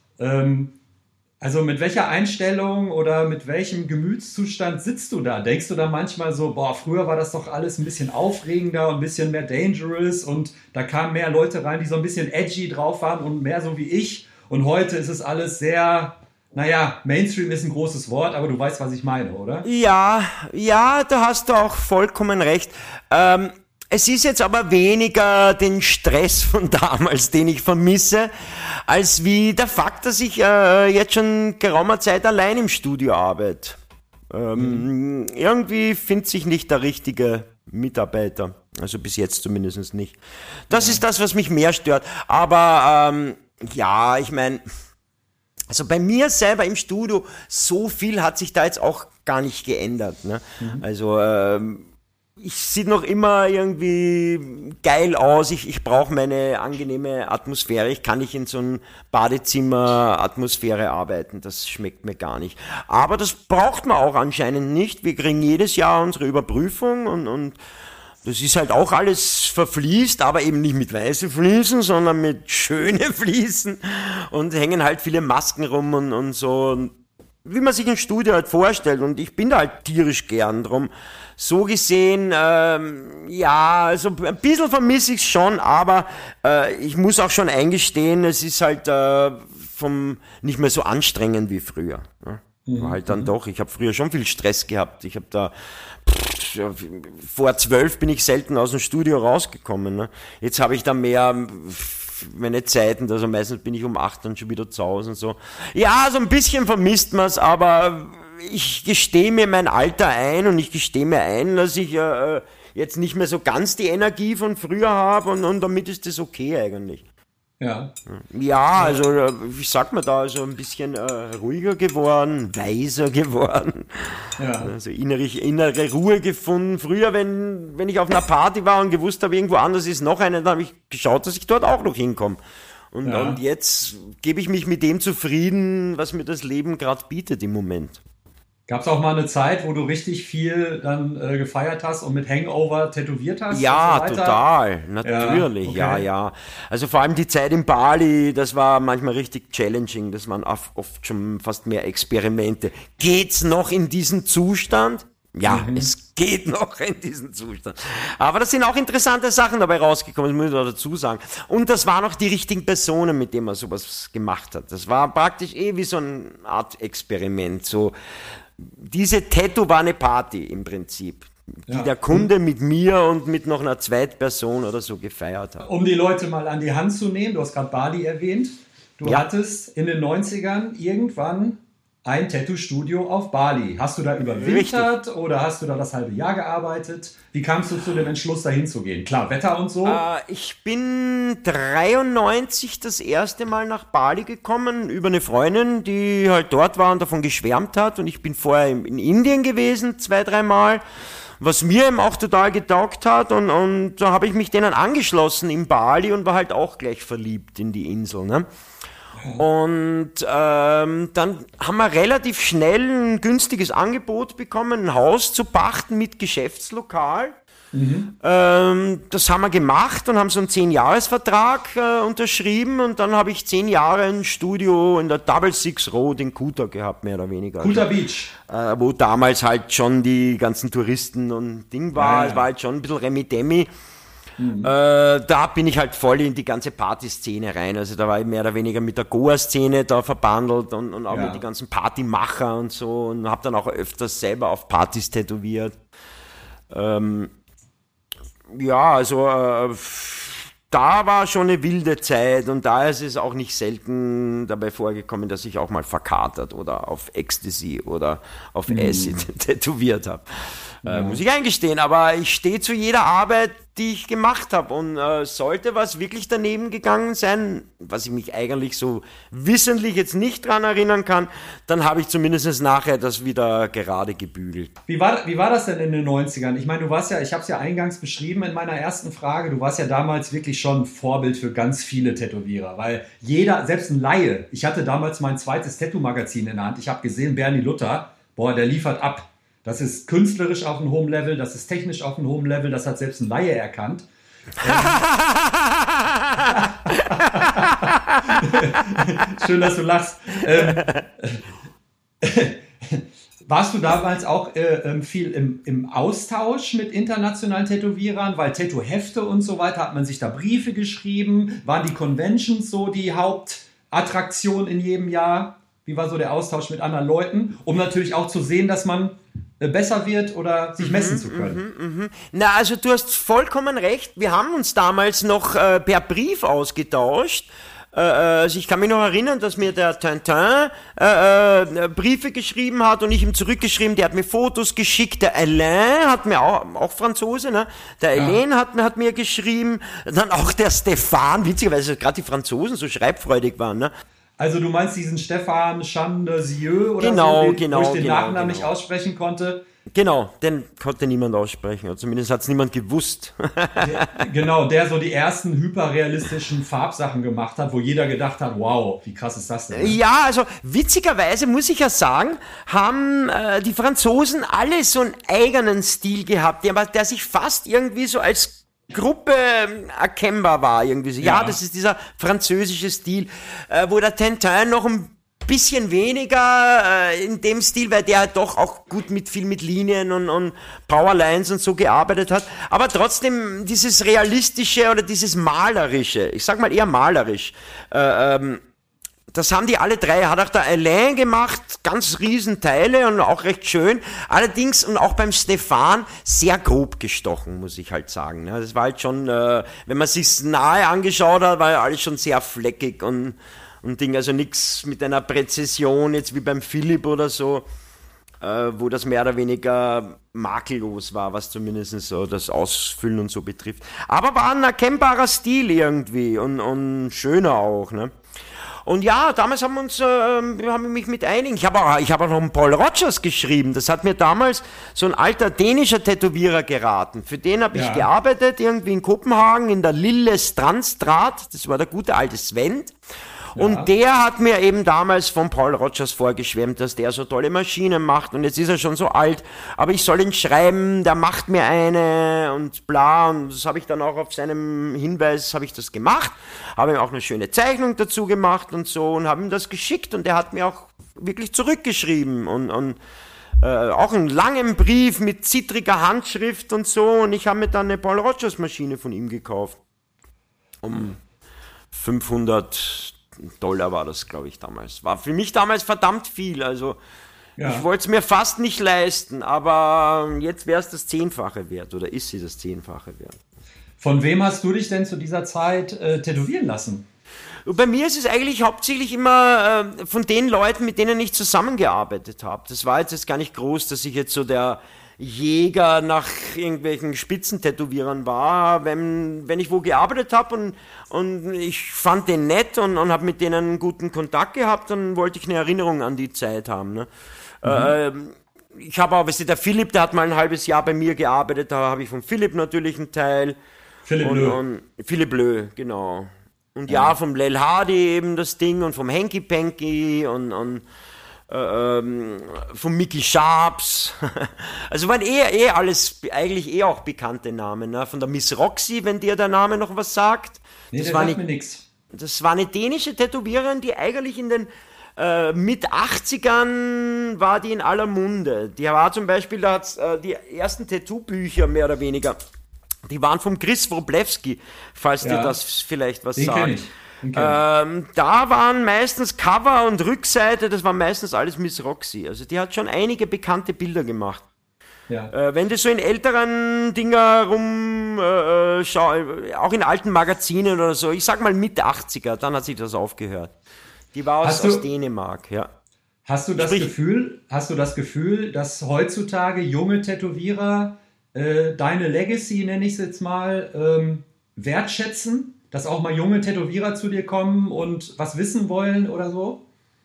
Speaker 3: also mit welcher Einstellung oder mit welchem Gemütszustand sitzt du da? Denkst du da manchmal so, früher war das doch alles ein bisschen aufregender und ein bisschen mehr dangerous und da kamen mehr Leute rein, die so ein bisschen edgy drauf waren und mehr so wie ich und heute ist es alles sehr, Mainstream ist ein großes Wort, aber du weißt, was ich meine, oder?
Speaker 4: Ja, da hast du auch vollkommen recht. Es ist jetzt aber weniger den Stress von damals, den ich vermisse, als wie der Fakt, dass ich jetzt schon geraumer Zeit allein im Studio arbeite. Irgendwie findet sich nicht der richtige Mitarbeiter. Also bis jetzt zumindest nicht. Das ist das, was mich mehr stört. Aber ich meine, also bei mir selber im Studio, so viel hat sich da jetzt auch gar nicht geändert. Ne? Also ich sehe noch immer irgendwie geil aus. Ich brauche meine angenehme Atmosphäre. Ich kann nicht in so einem Badezimmer-Atmosphäre arbeiten. Das schmeckt mir gar nicht. Aber das braucht man auch anscheinend nicht. Wir kriegen jedes Jahr unsere Überprüfung und das ist halt auch alles verfliest, aber eben nicht mit weißen Fliesen, sondern mit schönen Fliesen und hängen halt viele Masken rum und so. Wie man sich ein Studio halt vorstellt und ich bin da halt tierisch gern drum. So gesehen, also ein bisschen vermisse ich es schon, aber ich muss auch schon eingestehen, es ist halt nicht mehr so anstrengend wie früher. Ne? War halt dann doch, ich habe früher schon viel Stress gehabt. Ich habe da, vor 12 bin ich selten aus dem Studio rausgekommen. Ne? Jetzt habe ich da mehr meine Zeiten, also meistens bin ich um 8 dann schon wieder zu Hause und so. Ja, so ein bisschen vermisst man es, aber ich gestehe mir mein Alter ein und ich gestehe mir ein, dass ich jetzt nicht mehr so ganz die Energie von früher habe und damit ist das okay eigentlich.
Speaker 3: Ja.
Speaker 4: Ja, also wie sagt man da, also ein bisschen ruhiger geworden, weiser geworden.
Speaker 3: Ja.
Speaker 4: Also innere Ruhe gefunden. Früher, wenn ich auf einer Party war und gewusst habe, irgendwo anders ist noch eine, dann habe ich geschaut, dass ich dort auch noch hinkomme. Und jetzt gebe ich mich mit dem zufrieden, was mir das Leben gerade bietet im Moment.
Speaker 3: Gab es auch mal eine Zeit, wo du richtig viel dann gefeiert hast und mit Hangover tätowiert hast?
Speaker 4: Ja,
Speaker 3: und so weiter?
Speaker 4: total, natürlich,
Speaker 3: Ja, okay.
Speaker 4: ja. Also vor allem die Zeit in Bali, das war manchmal richtig challenging, das waren oft schon fast mehr Experimente. Geht's noch in diesen Zustand? Ja, es geht noch in diesen Zustand. Aber das sind auch interessante Sachen dabei rausgekommen, das muss ich noch dazu sagen. Und das waren auch die richtigen Personen, mit denen man sowas gemacht hat. Das war praktisch wie so eine Art Experiment, so. Diese Tattoo war eine Party im Prinzip, die der Kunde mit mir und mit noch einer Zweitperson oder so gefeiert hat.
Speaker 3: Um die Leute mal an die Hand zu nehmen, du hast gerade Bali erwähnt, du
Speaker 4: Ja.
Speaker 3: hattest in den 90ern irgendwann ein Tattoo-Studio auf Bali. Hast du da überwintert oder hast du da das halbe Jahr gearbeitet? Wie kamst du zu dem Entschluss, da hinzugehen? Klar, Wetter und so.
Speaker 4: Ich bin 93 das erste Mal nach Bali gekommen, über eine Freundin, die halt dort war und davon geschwärmt hat. Und ich bin vorher in Indien gewesen, 2-3 Mal, was mir eben auch total getaugt hat. Und da habe ich mich denen angeschlossen in Bali und war halt auch gleich verliebt in die Insel, ne? Und dann haben wir relativ schnell ein günstiges Angebot bekommen, ein Haus zu pachten mit Geschäftslokal. Das haben wir gemacht und haben so einen 10-Jahres-Vertrag unterschrieben und dann habe ich 10 Jahre ein Studio in der Double Six Road in Kuta gehabt, mehr oder weniger.
Speaker 3: Kuta Beach.
Speaker 4: Wo damals halt schon die ganzen Touristen und Ding war.
Speaker 3: Ja.
Speaker 4: Es war halt schon ein bisschen Remi-Demi. Da bin ich halt voll in die ganze Partyszene rein. Also da war ich mehr oder weniger mit der Goa-Szene da verbandelt und auch mit den ganzen Partymacher und so und habe dann auch öfters selber auf Partys tätowiert. Da war schon eine wilde Zeit und da ist es auch nicht selten dabei vorgekommen, dass ich auch mal verkatert oder auf Ecstasy oder auf Acid tätowiert habe. Muss ich eingestehen, aber ich stehe zu jeder Arbeit, die ich gemacht habe und sollte was wirklich daneben gegangen sein, was ich mich eigentlich so wissentlich jetzt nicht dran erinnern kann, dann habe ich zumindest nachher das wieder gerade gebügelt.
Speaker 3: Wie war das denn in den 90ern? Ich meine, ich habe es ja eingangs beschrieben in meiner ersten Frage, du warst ja damals wirklich schon Vorbild für ganz viele Tätowierer, weil selbst ein Laie, ich hatte damals mein zweites Tattoo-Magazin in der Hand, ich habe gesehen, Bernie Luther, der liefert ab. Das ist künstlerisch auf einem hohen Level, das ist technisch auf einem hohen Level, das hat selbst ein Laie erkannt. Schön, dass du lachst. Warst du damals auch viel im Austausch mit internationalen Tätowierern? Weil Tattoo-Hefte und so weiter, hat man sich da Briefe geschrieben? Waren die Conventions so die Hauptattraktion in jedem Jahr? Wie war so der Austausch mit anderen Leuten? Um natürlich auch zu sehen, dass man besser wird oder sich messen zu können.
Speaker 4: Na, also du hast vollkommen recht. Wir haben uns damals noch per Brief ausgetauscht. Also ich kann mich noch erinnern, dass mir der Tintin Briefe geschrieben hat und ich ihm zurückgeschrieben, der hat mir Fotos geschickt, der Alain hat mir auch Franzose, ne? Der Alain hat mir geschrieben, dann auch der Stefan, witzigerweise gerade die Franzosen so schreibfreudig waren, ne?
Speaker 3: Also du meinst diesen Stefan Chandesieux oder
Speaker 4: Genau,
Speaker 3: wo ich den Nachnamen nicht aussprechen konnte?
Speaker 4: Genau, den konnte niemand aussprechen, oder zumindest hat es niemand gewusst.
Speaker 3: Der so die ersten hyperrealistischen Farbsachen gemacht hat, wo jeder gedacht hat, wow, wie krass ist das denn?
Speaker 4: Ja, also witzigerweise muss ich ja sagen, haben die Franzosen alle so einen eigenen Stil gehabt, der sich fast irgendwie so als Gruppe erkennbar war irgendwie so. Ja, das ist dieser französische Stil, wo der Tintin noch ein bisschen weniger in dem Stil, weil der halt doch auch viel mit Linien und Powerlines und so gearbeitet hat, aber trotzdem dieses realistische oder dieses malerische, ich sag mal eher malerisch, das haben die alle drei, hat auch der Alain gemacht, ganz riesen Teile und auch recht schön. Allerdings, und auch beim Stefan, sehr grob gestochen, muss ich halt sagen. Das war halt schon, wenn man sich's nahe angeschaut hat, war ja alles schon sehr fleckig und Ding, also nichts mit einer Präzision, jetzt wie beim Philipp oder so. wo das mehr oder weniger makellos war, was zumindest so das Ausfüllen und so betrifft. Aber war ein erkennbarer Stil irgendwie und schöner auch, ne? Und ja, damals haben wir mich mit einigen, ich habe auch noch einen Paul Rogers geschrieben, das hat mir damals so ein alter dänischer Tätowierer geraten. Für den habe ich gearbeitet, irgendwie in Kopenhagen, in der Lille Strandstraat, das war der gute alte Sven. Und der hat mir eben damals von Paul Rogers vorgeschwärmt, dass der so tolle Maschinen macht und jetzt ist er schon so alt, aber ich soll ihn schreiben, der macht mir eine und bla und das habe ich dann auch auf seinem Hinweis, habe ich das gemacht, habe ihm auch eine schöne Zeichnung dazu gemacht und so und habe ihm das geschickt und der hat mir auch wirklich zurückgeschrieben und auch einen langen Brief mit zittriger Handschrift und so und ich habe mir dann eine Paul Rogers Maschine von ihm gekauft. Um $500 war das, glaube ich, damals. War für mich damals verdammt viel. Also ich wollte es mir fast nicht leisten, aber jetzt wäre es das 10-fache wert oder ist sie das 10-fache wert.
Speaker 3: Von wem hast du dich denn zu dieser Zeit tätowieren lassen?
Speaker 4: Bei mir ist es eigentlich hauptsächlich immer von den Leuten, mit denen ich zusammengearbeitet habe. Das war jetzt gar nicht groß, dass ich jetzt so der Jäger nach irgendwelchen Spitzentätowierern war, wenn ich wo gearbeitet habe und ich fand den nett und habe mit denen einen guten Kontakt gehabt, dann wollte ich eine Erinnerung an die Zeit haben. Ne? Ich habe auch, weißt du, der Philipp, der hat mal ein halbes Jahr bei mir gearbeitet, da habe ich von Philipp natürlich einen Teil. Philipp Lö, genau. Und ja, vom Lel Hardy eben das Ding und vom Henky Panky und von Mickey Sharps. Also waren alles eigentlich auch bekannte Namen. Ne? Von der Miss Roxy, wenn dir der Name noch was sagt.
Speaker 3: Nee, das sagt mir nichts.
Speaker 4: Das war eine dänische Tätowiererin, die eigentlich in den mit 80ern war die in aller Munde. Die war zum Beispiel, da hat's die ersten Tattoo-Bücher mehr oder weniger, die waren vom Chris Wroblewski, falls dir das vielleicht was sagt.
Speaker 3: Kenn ich.
Speaker 4: Da waren meistens Cover und Rückseite, das war meistens alles Miss Roxy. Also die hat schon einige bekannte Bilder gemacht.
Speaker 3: Ja.
Speaker 4: Wenn du so in älteren Dinger auch in alten Magazinen oder so, ich sag mal Mitte 80er, dann hat sich das aufgehört. Die war aus Dänemark, ja.
Speaker 3: Hast du das Gefühl, dass heutzutage junge Tätowierer deine Legacy, nenne ich es jetzt mal, wertschätzen? Dass auch mal junge Tätowierer zu dir kommen und was wissen wollen oder so?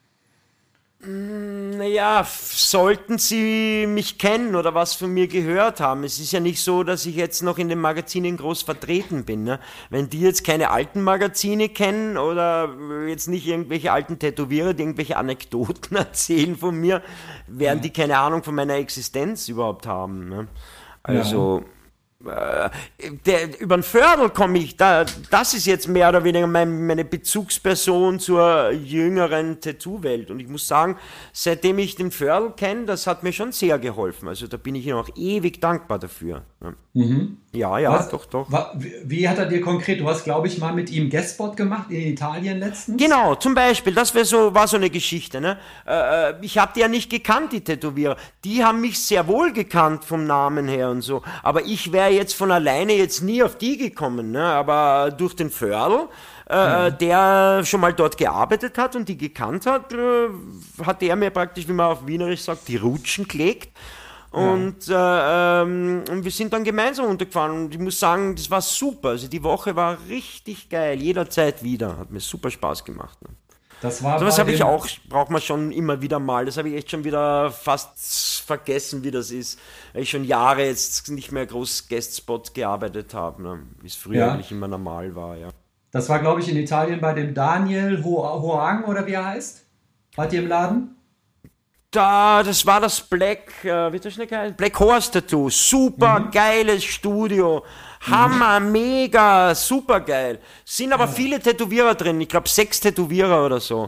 Speaker 4: Naja, sollten sie mich kennen oder was von mir gehört haben. Es ist ja nicht so, dass ich jetzt noch in den Magazinen groß vertreten bin. Ne? Wenn die jetzt keine alten Magazine kennen oder jetzt nicht irgendwelche alten Tätowierer, die irgendwelche Anekdoten erzählen von mir, werden die keine Ahnung von meiner Existenz überhaupt haben. Ne? Also... über den Fördel komme ich, das ist jetzt mehr oder weniger meine Bezugsperson zur jüngeren Tattoo-Welt. Und ich muss sagen, seitdem ich den Fördel kenne, das hat mir schon sehr geholfen. Also da bin ich ihm auch ewig dankbar dafür.
Speaker 3: Mhm.
Speaker 4: Ja, doch.
Speaker 3: Wie hat er dir konkret, du hast, glaube ich, mal mit ihm Guestspot gemacht in Italien letztens?
Speaker 4: Genau, zum Beispiel, das war so eine Geschichte. Ne? Ich habe die ja nicht gekannt, die Tätowierer. Die haben mich sehr wohl gekannt vom Namen her und so. Aber ich wäre jetzt von alleine jetzt nie auf die gekommen. Ne? Aber durch den Fördel, der schon mal dort gearbeitet hat und die gekannt hat, hat der mir praktisch, wie man auf Wienerisch sagt, die Rutschen gelegt. Und wir sind dann gemeinsam runtergefahren und ich muss sagen, das war super. Also die Woche war richtig geil, jederzeit wieder. Hat mir super Spaß gemacht. Ne?
Speaker 3: Das war
Speaker 4: sowas habe ich auch, braucht man schon immer wieder mal. Das habe ich echt schon wieder fast vergessen, wie das ist. Weil ich schon Jahre jetzt nicht mehr groß Guestspot gearbeitet habe, ne? Wie es früher eigentlich immer normal war, ja.
Speaker 3: Das war, glaube ich, in Italien bei dem Daniel Hoang oder wie er heißt. Wart ihr im Laden?
Speaker 4: Das war das Black Horse Tattoo. Super geiles Studio. Hammer, mega, super geil. Sind aber viele Tätowierer drin. Ich glaube 6 Tätowierer oder so.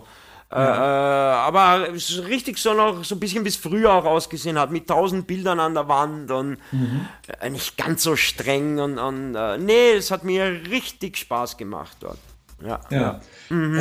Speaker 4: Aber es ist richtig so noch so ein bisschen bis früher auch ausgesehen hat, mit 1000 Bildern an der Wand und nicht ganz so streng und nee, es hat mir richtig Spaß gemacht dort. Ja.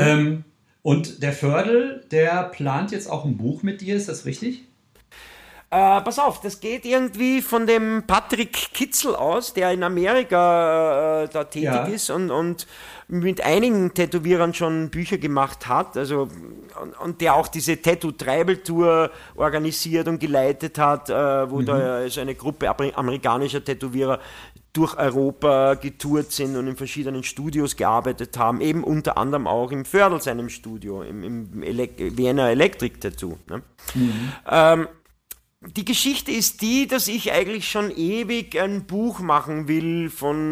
Speaker 3: Und der Fördel, der plant jetzt auch ein Buch mit dir, ist das richtig?
Speaker 4: Pass auf, das geht irgendwie von dem Patrick Kitzel aus, der in Amerika da tätig ist und mit einigen Tätowierern schon Bücher gemacht hat, also und der auch diese Tattoo-Tribal-Tour organisiert und geleitet hat, wo da so eine Gruppe amerikanischer Tätowierer durch Europa getourt sind und in verschiedenen Studios gearbeitet haben, eben unter anderem auch im Fördl seinem Studio, im Vienna Electric Tattoo. Ne? Die Geschichte ist die, dass ich eigentlich schon ewig ein Buch machen will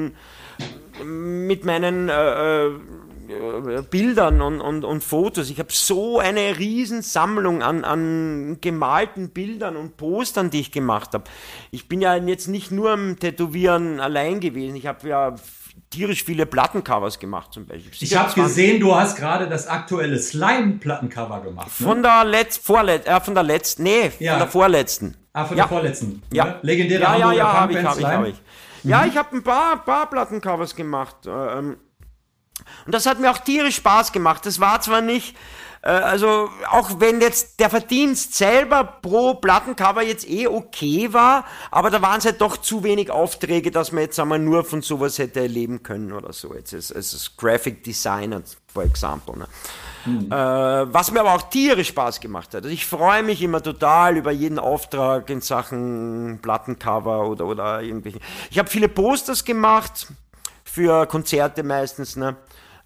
Speaker 4: mit meinen Bildern und Fotos. Ich habe so eine Riesensammlung an gemalten Bildern und Postern, die ich gemacht habe. Ich bin ja jetzt nicht nur am Tätowieren allein gewesen. Ich habe ja tierisch viele Plattencovers gemacht zum Beispiel.
Speaker 3: Ich habe gesehen, du hast gerade das aktuelle Slime-Plattencover gemacht. Ne?
Speaker 4: Von der vorletzten.
Speaker 3: Ah, von der vorletzten.
Speaker 4: Ja.
Speaker 3: Ne? Legendäre
Speaker 4: Ja,
Speaker 3: Hamburger
Speaker 4: habe
Speaker 3: Slime.
Speaker 4: ich. Ja, ich habe ein paar Plattencovers gemacht. Und das hat mir auch tierisch Spaß gemacht. Das war zwar nicht, also auch wenn jetzt der Verdienst selber pro Plattencover jetzt okay war, aber da waren es halt doch zu wenig Aufträge, dass man jetzt einmal nur von sowas hätte leben können oder so. Jetzt als Graphic Designer, for example. Ne? Was mir aber auch tierisch Spaß gemacht hat. Also ich freue mich immer total über jeden Auftrag in Sachen Plattencover oder irgendwelche. Ich habe viele Posters gemacht für Konzerte meistens, ne?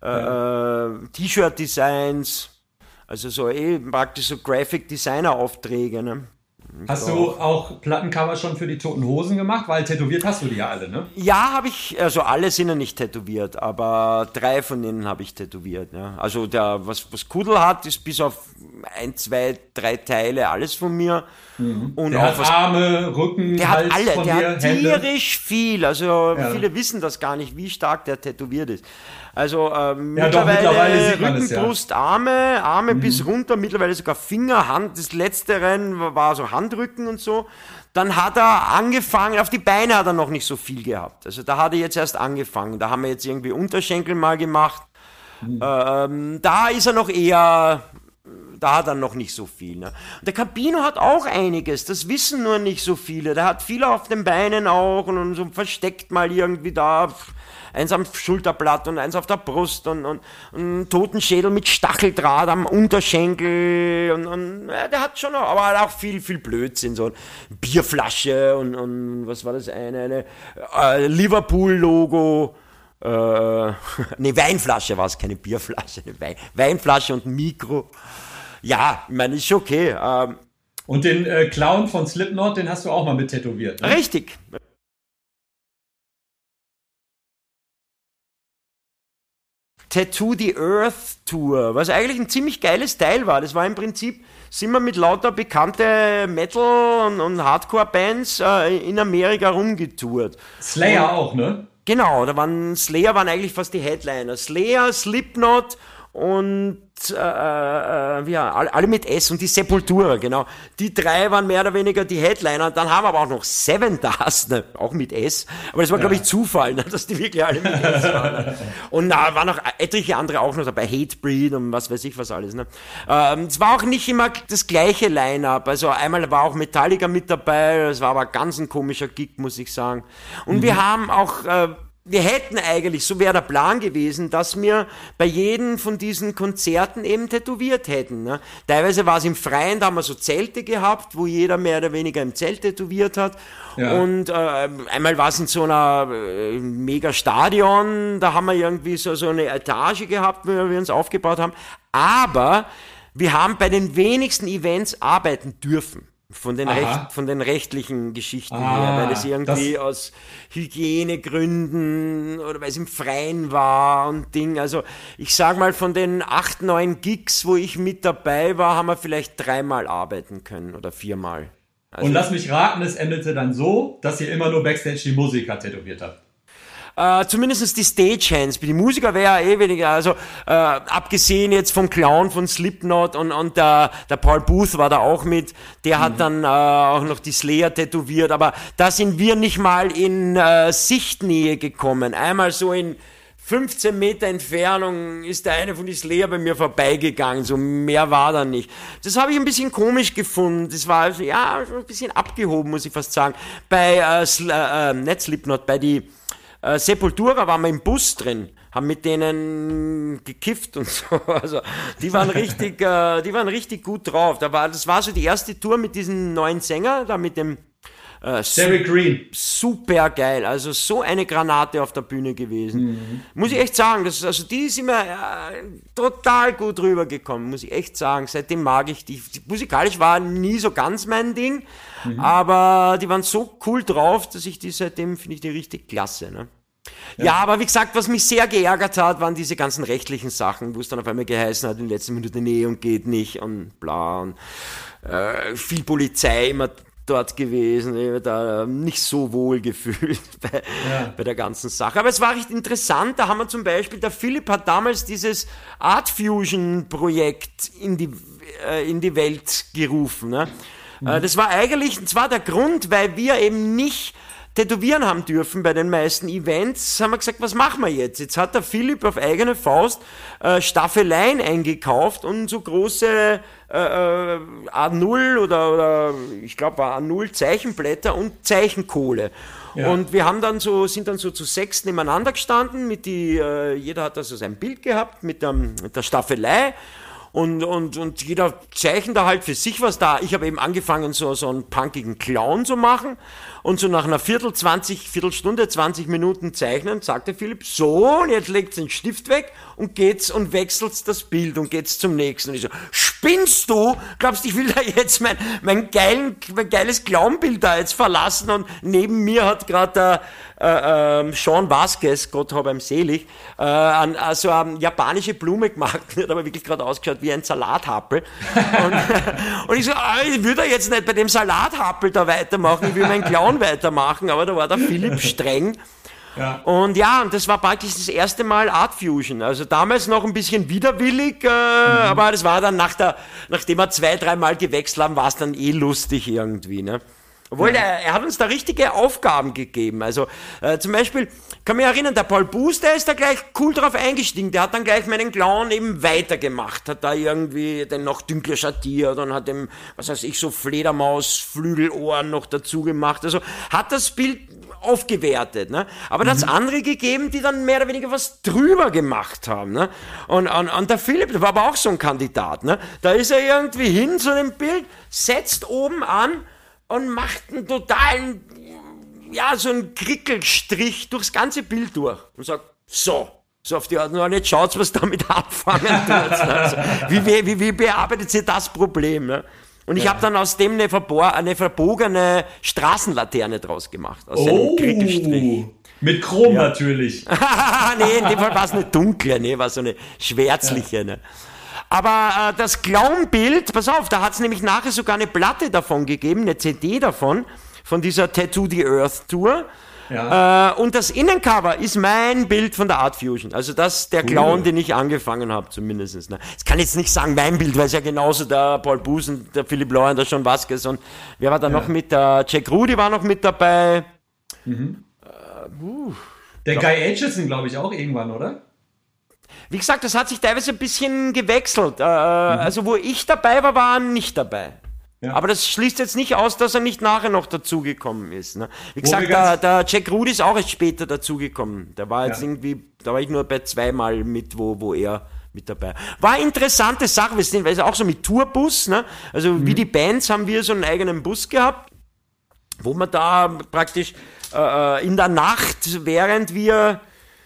Speaker 4: T-Shirt-Designs, also so praktisch so Graphic Designer Aufträge, ne?
Speaker 3: Hast du auch Plattencover schon für die Toten Hosen gemacht? Weil tätowiert hast du die ja alle, ne?
Speaker 4: Ja, habe ich, also alle sind ja nicht tätowiert, aber 3 von denen habe ich tätowiert. Ja. Also was Kudel hat, ist bis auf 1, 2, 3 Teile alles von mir. Und
Speaker 3: der
Speaker 4: auch
Speaker 3: hat Arme, Rücken,
Speaker 4: der
Speaker 3: Hals
Speaker 4: hat alle,
Speaker 3: von
Speaker 4: der
Speaker 3: dir,
Speaker 4: hat
Speaker 3: Hände.
Speaker 4: tierisch viel. Also viele wissen das gar nicht, wie stark der tätowiert ist. Also
Speaker 3: mittlerweile sieht man
Speaker 4: Rücken,
Speaker 3: es, ja.
Speaker 4: Brust, Arme bis runter, mittlerweile sogar Finger, Hand. Das letzte Rennen war so Handrücken und so. Dann hat er angefangen, auf die Beine hat er noch nicht so viel gehabt. Also da hat er jetzt erst angefangen. Da haben wir jetzt irgendwie Unterschenkel mal gemacht. Da ist er noch eher... Da hat er noch nicht so viel. Ne? Der Campino hat auch einiges, das wissen nur nicht so viele. Der hat viele auf den Beinen auch und so versteckt mal irgendwie da. Eins am Schulterblatt und eins auf der Brust und einen Totenschädel mit Stacheldraht am Unterschenkel und der hat schon noch, aber auch viel Blödsinn, so eine Bierflasche und was war das eine Liverpool-Logo. Weinflasche war es, keine Bierflasche, Weinflasche und ein Mikro. Ja, ich meine, ist schon okay.
Speaker 3: Und den Clown von Slipknot, den hast du auch mal mit tätowiert, ne?
Speaker 4: Richtig. Tattoo the Earth Tour, was eigentlich ein ziemlich geiles Teil war. Das war im Prinzip, sind wir mit lauter bekannte Metal- und Hardcore-Bands in Amerika rumgetourt.
Speaker 3: Slayer auch, ne?
Speaker 4: Genau, Slayer waren eigentlich fast die Headliner. Slayer, Slipknot und alle mit S und die Sepultura, genau. Die 3 waren mehr oder weniger die Headliner. Dann haben wir aber auch noch Seven Dust, ne, auch mit S. Aber das war, glaube ich, Zufall, ne, dass die wirklich alle mit S waren. Ne. Und waren noch etliche andere auch noch dabei, Hatebreed und was weiß ich was alles. Ne. Es war auch nicht immer das gleiche Line-Up. Also einmal war auch Metallica mit dabei. Es war aber ganz ein komischer Gig, muss ich sagen. Und wir haben auch... wir hätten eigentlich, so wäre der Plan gewesen, dass wir bei jedem von diesen Konzerten eben tätowiert hätten. Ne? Teilweise war es im Freien, da haben wir so Zelte gehabt, wo jeder mehr oder weniger im Zelt tätowiert hat. Ja. Und einmal war es in so einer Mega-Stadion, da haben wir irgendwie so eine Etage gehabt, wo wir uns aufgebaut haben. Aber wir haben bei den wenigsten Events arbeiten dürfen. Von den rechtlichen Geschichten her, weil es irgendwie aus Hygienegründen oder weil es im Freien war und Ding. Also ich sag mal, von den 8, 9 Gigs, wo ich mit dabei war, haben wir vielleicht 3-mal arbeiten können oder 4-mal. Also
Speaker 3: und lass mich raten, es endete dann so, dass ihr immer nur Backstage die Musiker tätowiert habt.
Speaker 4: Zumindest die Stagehands. Die Musiker wäre ja weniger, also abgesehen jetzt vom Clown von Slipknot und der Paul Booth war da auch mit, der hat dann auch noch die Slayer tätowiert, aber da sind wir nicht mal in Sichtnähe gekommen. Einmal so in 15 Meter Entfernung ist der eine von die Slayer bei mir vorbeigegangen, so mehr war da nicht. Das habe ich ein bisschen komisch gefunden, das war also, ja, ein bisschen abgehoben, muss ich fast sagen. Bei nicht Slipknot, bei die Sepultura waren wir im Bus drin, haben mit denen gekifft und so, also die waren richtig gut drauf. Das war so die erste Tour mit diesem neuen Sänger, da mit dem
Speaker 3: Derek Green.
Speaker 4: Super geil, also so eine Granate auf der Bühne gewesen. Muss ich echt sagen, die ist immer total gut rübergekommen, muss ich echt sagen. Seitdem mag ich die. Musikalisch war nie so ganz mein Ding, aber die waren so cool drauf, dass ich die seitdem, finde ich die richtig klasse. Ne? Ja, aber wie gesagt, was mich sehr geärgert hat, waren diese ganzen rechtlichen Sachen, wo es dann auf einmal geheißen hat, in der letzten Minute, nee, und geht nicht und bla und viel Polizei immer dort gewesen, ich habe da nicht so wohl gefühlt bei der ganzen Sache. Aber es war recht interessant, da haben wir zum Beispiel, der Philipp hat damals dieses Art Fusion Projekt in die Welt gerufen. Ne? Das war eigentlich, und zwar der Grund, weil wir eben nicht tätowieren haben dürfen bei den meisten Events, haben wir gesagt, was machen wir jetzt? Jetzt hat der Philipp auf eigene Faust Staffeleien eingekauft und so große A0 oder ich glaube war A0 Zeichenblätter und Zeichenkohle. Ja. Und wir haben sind dann so zu 6 nebeneinander gestanden, jeder hat also sein Bild gehabt mit der Staffelei. Und jeder zeichnet da halt für sich was da. Ich habe eben angefangen, so einen punkigen Clown zu machen. Und so nach einer Viertelstunde, 20 Minuten zeichnen, sagt der Philipp, so, und jetzt legt den Stift weg und geht's und wechselt das Bild und geht's zum nächsten. Und ich so, spinnst du? Glaubst du, ich will da jetzt mein geiles Clownbild da jetzt verlassen? Und neben mir hat gerade der Sean Vasquez, Gott hab ihm selig, also eine japanische Blume gemacht, hat aber wirklich gerade ausgeschaut wie ein Salathappel. Und ich so, ich würde jetzt nicht bei dem Salathappel da weitermachen, ich will meinen Clown weitermachen, aber da war der Philipp streng. Ja. Und das war praktisch das erste Mal Art Fusion. Also damals noch ein bisschen widerwillig, aber das war dann nachdem wir 2-3 Mal gewechselt haben, war es dann lustig irgendwie, ne? Obwohl, er hat uns da richtige Aufgaben gegeben. Also zum Beispiel, kann mich erinnern, der Paul Booth, der ist da gleich cool drauf eingestiegen. Der hat dann gleich meinen Clown eben weitergemacht. Hat da irgendwie den noch dunkler schattiert und hat dem, was weiß ich, so Fledermaus-Flügelohren noch dazu gemacht. Also hat das Bild aufgewertet. Ne? Aber da hat es andere gegeben, die dann mehr oder weniger was drüber gemacht haben. Ne? Und der Philipp, der war aber auch so ein Kandidat. Ne? Da ist er irgendwie hin zu dem Bild, setzt oben an, und macht einen totalen, so einen Krickelstrich durchs ganze Bild durch und sagt, so auf die Art, und jetzt schaut's, was damit anfangen tut. Also, wie bearbeitet sie das Problem? Ne? Und ich habe dann aus dem eine verbogene Straßenlaterne draus gemacht, aus einem Krickelstrich.
Speaker 3: Mit Chrom natürlich.
Speaker 4: Nee, in dem Fall war es eine dunkle, war so eine schwärzliche. Ne? Aber das Clown-Bild, pass auf, da hat es nämlich nachher sogar eine Platte davon gegeben, eine CD davon, von dieser Tattoo the Earth Tour. Ja. Und das Innencover ist mein Bild von der Art Fusion. Also der Clown, den ich angefangen habe zumindest. Ne? Ich kann jetzt nicht sagen mein Bild, weil es ja genauso der Paul Booth und der Philipp Lohr und der Sean Vasquez und wer war da noch mit? Der Jack Rudy war noch mit dabei.
Speaker 3: Der Guy Aitchison, glaube ich, auch irgendwann, oder?
Speaker 4: Wie gesagt, das hat sich teilweise ein bisschen gewechselt. Also wo ich dabei war, war er nicht dabei. Ja. Aber das schließt jetzt nicht aus, dass er nicht nachher noch dazugekommen ist. Ne? Wie gesagt, der Jack Rudy ist auch erst später dazugekommen. Der war jetzt irgendwie, da war ich nur bei 2 Mal mit, wo er mit dabei war. Eine interessante Sache, weil es auch so mit Tourbus, ne? Also wie die Bands haben wir so einen eigenen Bus gehabt, wo man da praktisch in der Nacht, während wir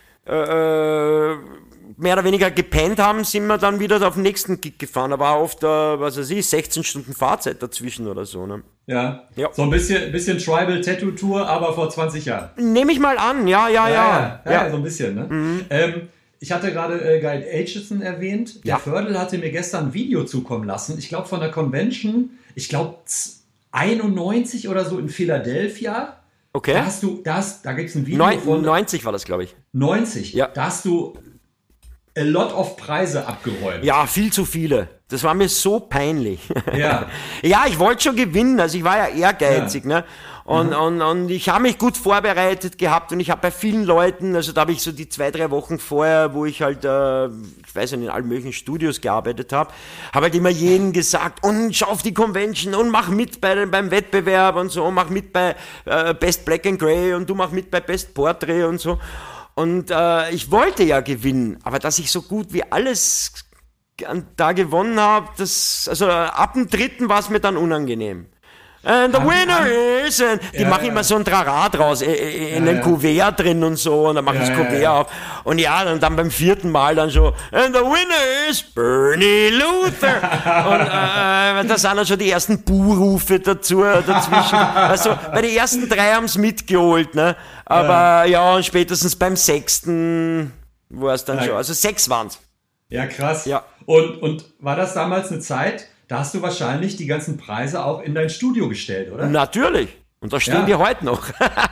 Speaker 4: mehr oder weniger gepennt haben, sind wir dann wieder auf den nächsten Gig gefahren. Da war oft, 16 Stunden Fahrzeit dazwischen oder so. Ne?
Speaker 3: Ja, so ein bisschen Tribal-Tattoo-Tour, aber vor 20 Jahren.
Speaker 4: Nehme ich mal an, ja.
Speaker 3: So ein bisschen, ne? Ich hatte gerade Guy Aitchison erwähnt. Der Fördel hatte mir gestern ein Video zukommen lassen. Ich glaube von der Convention, 91 oder so in Philadelphia.
Speaker 4: Okay.
Speaker 3: Da gibt es ein Video von...
Speaker 4: 90 war das, glaube ich.
Speaker 3: 90? Ja. Da hast du a lot of Preise abgeräumt.
Speaker 4: Ja, viel zu viele. Das war mir so peinlich.
Speaker 3: Ja.
Speaker 4: Ja, ich wollte schon gewinnen, also ich war ja ehrgeizig, ne? Und ich habe mich gut vorbereitet gehabt und ich habe bei vielen Leuten, also da habe ich so die 2-3 Wochen vorher, wo ich halt, ich weiß nicht, in allen möglichen Studios gearbeitet habe halt immer jedem gesagt, und schau auf die Convention und mach mit beim Wettbewerb und so, mach mit bei Best Black and Grey und du mach mit bei Best Portrait und so. Und ich wollte ja gewinnen, aber dass ich so gut wie alles da gewonnen habe, also ab dem 3. war es mir dann unangenehm. And the winner is... Die machen immer so ein Trara draus, in den Kuvert drin und so, und dann mache ich das Kuvert auf. Und und dann beim 4. Mal dann so, and the winner is Bernie Luther. Und da sind dann schon die ersten Buhrufe dazwischen. Also bei den ersten 3 haben es mitgeholt, ne? Aber und spätestens beim 6. war es dann schon. Also 6 waren es.
Speaker 3: Ja, krass.
Speaker 4: Ja.
Speaker 3: Und war das damals eine Zeit... Da hast du wahrscheinlich die ganzen Preise auch in dein Studio gestellt, oder?
Speaker 4: Natürlich. Und da stehen die heute noch.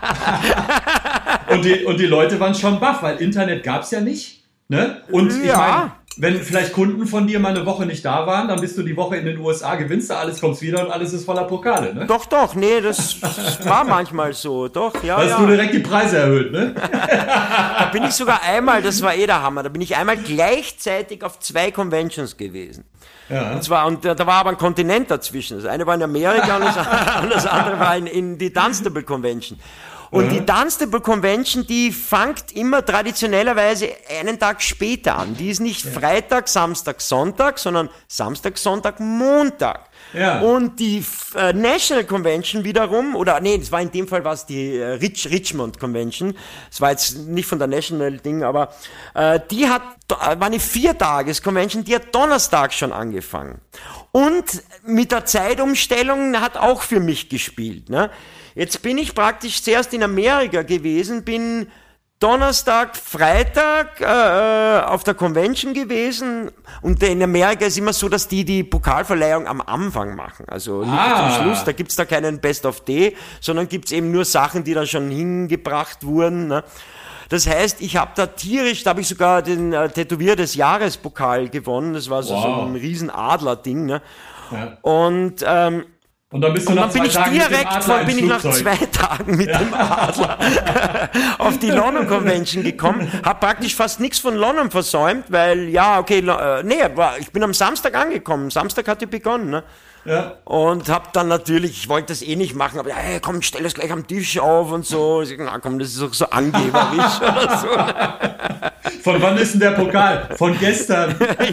Speaker 3: und die Leute waren schon baff, weil Internet gab es ja nicht. Ne? Und ich meine, wenn vielleicht Kunden von dir mal eine Woche nicht da waren, dann bist du die Woche in den USA, gewinnst du alles, kommst wieder und alles ist voller Pokale, ne?
Speaker 4: Doch, nee, das war manchmal so, doch, ja.
Speaker 3: Hast du direkt die Preise erhöht, ne?
Speaker 4: Da bin ich sogar einmal, das war der Hammer, da bin ich einmal gleichzeitig auf 2 Conventions gewesen. Ja. Und da war aber ein Kontinent dazwischen. Das eine war in Amerika und das andere war in die Dunstable Convention. Und die Dunstable Convention, die fängt immer traditionellerweise einen Tag später an. Die ist nicht Freitag, Samstag, Sonntag, sondern Samstag, Sonntag, Montag. Ja. Und die National Convention wiederum, das war in dem Fall die Richmond Convention. Das war jetzt nicht von der National Ding, aber die war eine 4-Tages-Convention, die hat Donnerstag schon angefangen. Und mit der Zeitumstellung hat auch für mich gespielt, ne? Jetzt bin ich praktisch zuerst in Amerika gewesen, bin Donnerstag, Freitag auf der Convention gewesen, und in Amerika ist immer so, dass die Pokalverleihung am Anfang machen, also nicht zum Schluss, da gibt's da keinen Best of Day, sondern gibt's eben nur Sachen, die da schon hingebracht wurden, ne? Das heißt, ich habe da habe ich sogar den Tätowier des Jahres Pokal gewonnen, das war so ein riesen Adler-Ding, ne? Ja. Und
Speaker 3: dann bist du nach 2 Tagen mit dem Adler
Speaker 4: bin ich nach 2 Tagen mit dem Adler auf die London Convention gekommen, habe praktisch fast nichts von London versäumt, weil ich bin am Samstag angekommen, Samstag hat die begonnen, ne? Ja. Und hab dann natürlich, ich wollte das nicht machen, aber hey, komm, stell das gleich am Tisch auf und so. Ich sag, na komm, das ist doch so angeberisch oder so.
Speaker 3: Von wann ist denn der Pokal? Von gestern.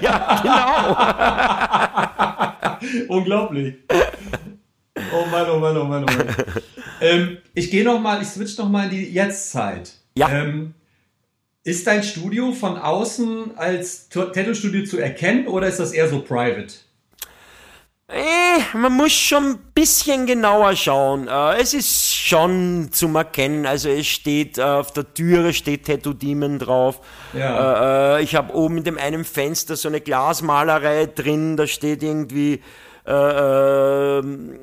Speaker 4: Ja,
Speaker 3: genau. Unglaublich. Oh Mann. Ich switch noch mal in die Jetztzeit.
Speaker 4: Ja.
Speaker 3: Ist dein Studio von außen als Tattoo-Studio zu erkennen oder ist das eher so private?
Speaker 4: Man muss schon ein bisschen genauer schauen. Es ist schon zum Erkennen. Also es steht auf der Türe Tattoo Demon drauf. Ja. Ich habe oben in dem einen Fenster so eine Glasmalerei drin. Da steht irgendwie da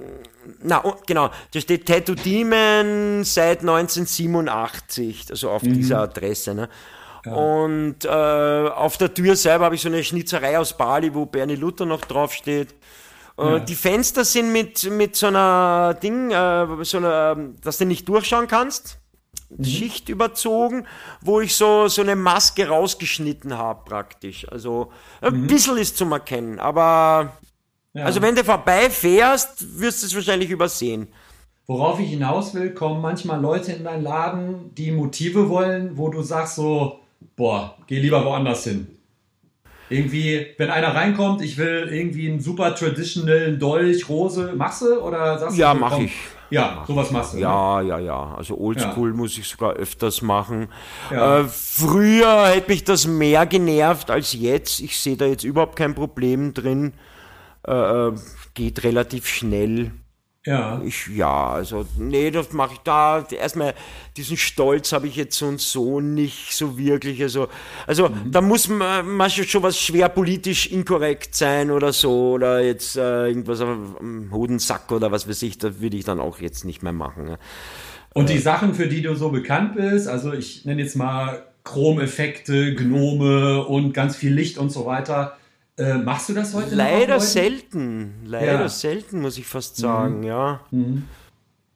Speaker 4: steht Tattoo Demon seit 1987, also auf dieser Adresse, ne? Ja. Und auf der Tür selber habe ich so eine Schnitzerei aus Bali, wo Bernie Luther noch drauf steht. Die Fenster sind mit so einer dass du nicht durchschauen kannst, Schicht überzogen, wo ich so eine Maske rausgeschnitten habe praktisch. Also ein bisschen ist zum Erkennen, aber also wenn du vorbeifährst, wirst du es wahrscheinlich übersehen.
Speaker 3: Worauf ich hinaus will, kommen manchmal Leute in deinen Laden, die Motive wollen, wo du sagst so, geh lieber woanders hin. Irgendwie, wenn einer reinkommt, ich will irgendwie einen super traditional Dolch, Rose, machst du oder sagst du?
Speaker 4: Ja, mach ich.
Speaker 3: Ja, sowas machst du.
Speaker 4: Ja, ne? Ja. Also Oldschool muss ich sogar öfters machen. Ja. Früher hätte mich das mehr genervt als jetzt. Ich sehe da jetzt überhaupt kein Problem drin. Geht relativ schnell.
Speaker 3: Ja.
Speaker 4: Das mache ich da. Erstmal, diesen Stolz habe ich jetzt so nicht so wirklich. Also da muss man schon was schwer politisch inkorrekt sein oder so. Oder jetzt irgendwas am Hodensack oder was weiß ich. Das würde ich dann auch jetzt nicht mehr machen. Ne?
Speaker 3: Und die Sachen, für die du so bekannt bist, also ich nenne jetzt mal Chromeffekte, Gnome und ganz viel Licht und so weiter. Machst du das heute
Speaker 4: Leider selten, muss ich fast sagen, ja.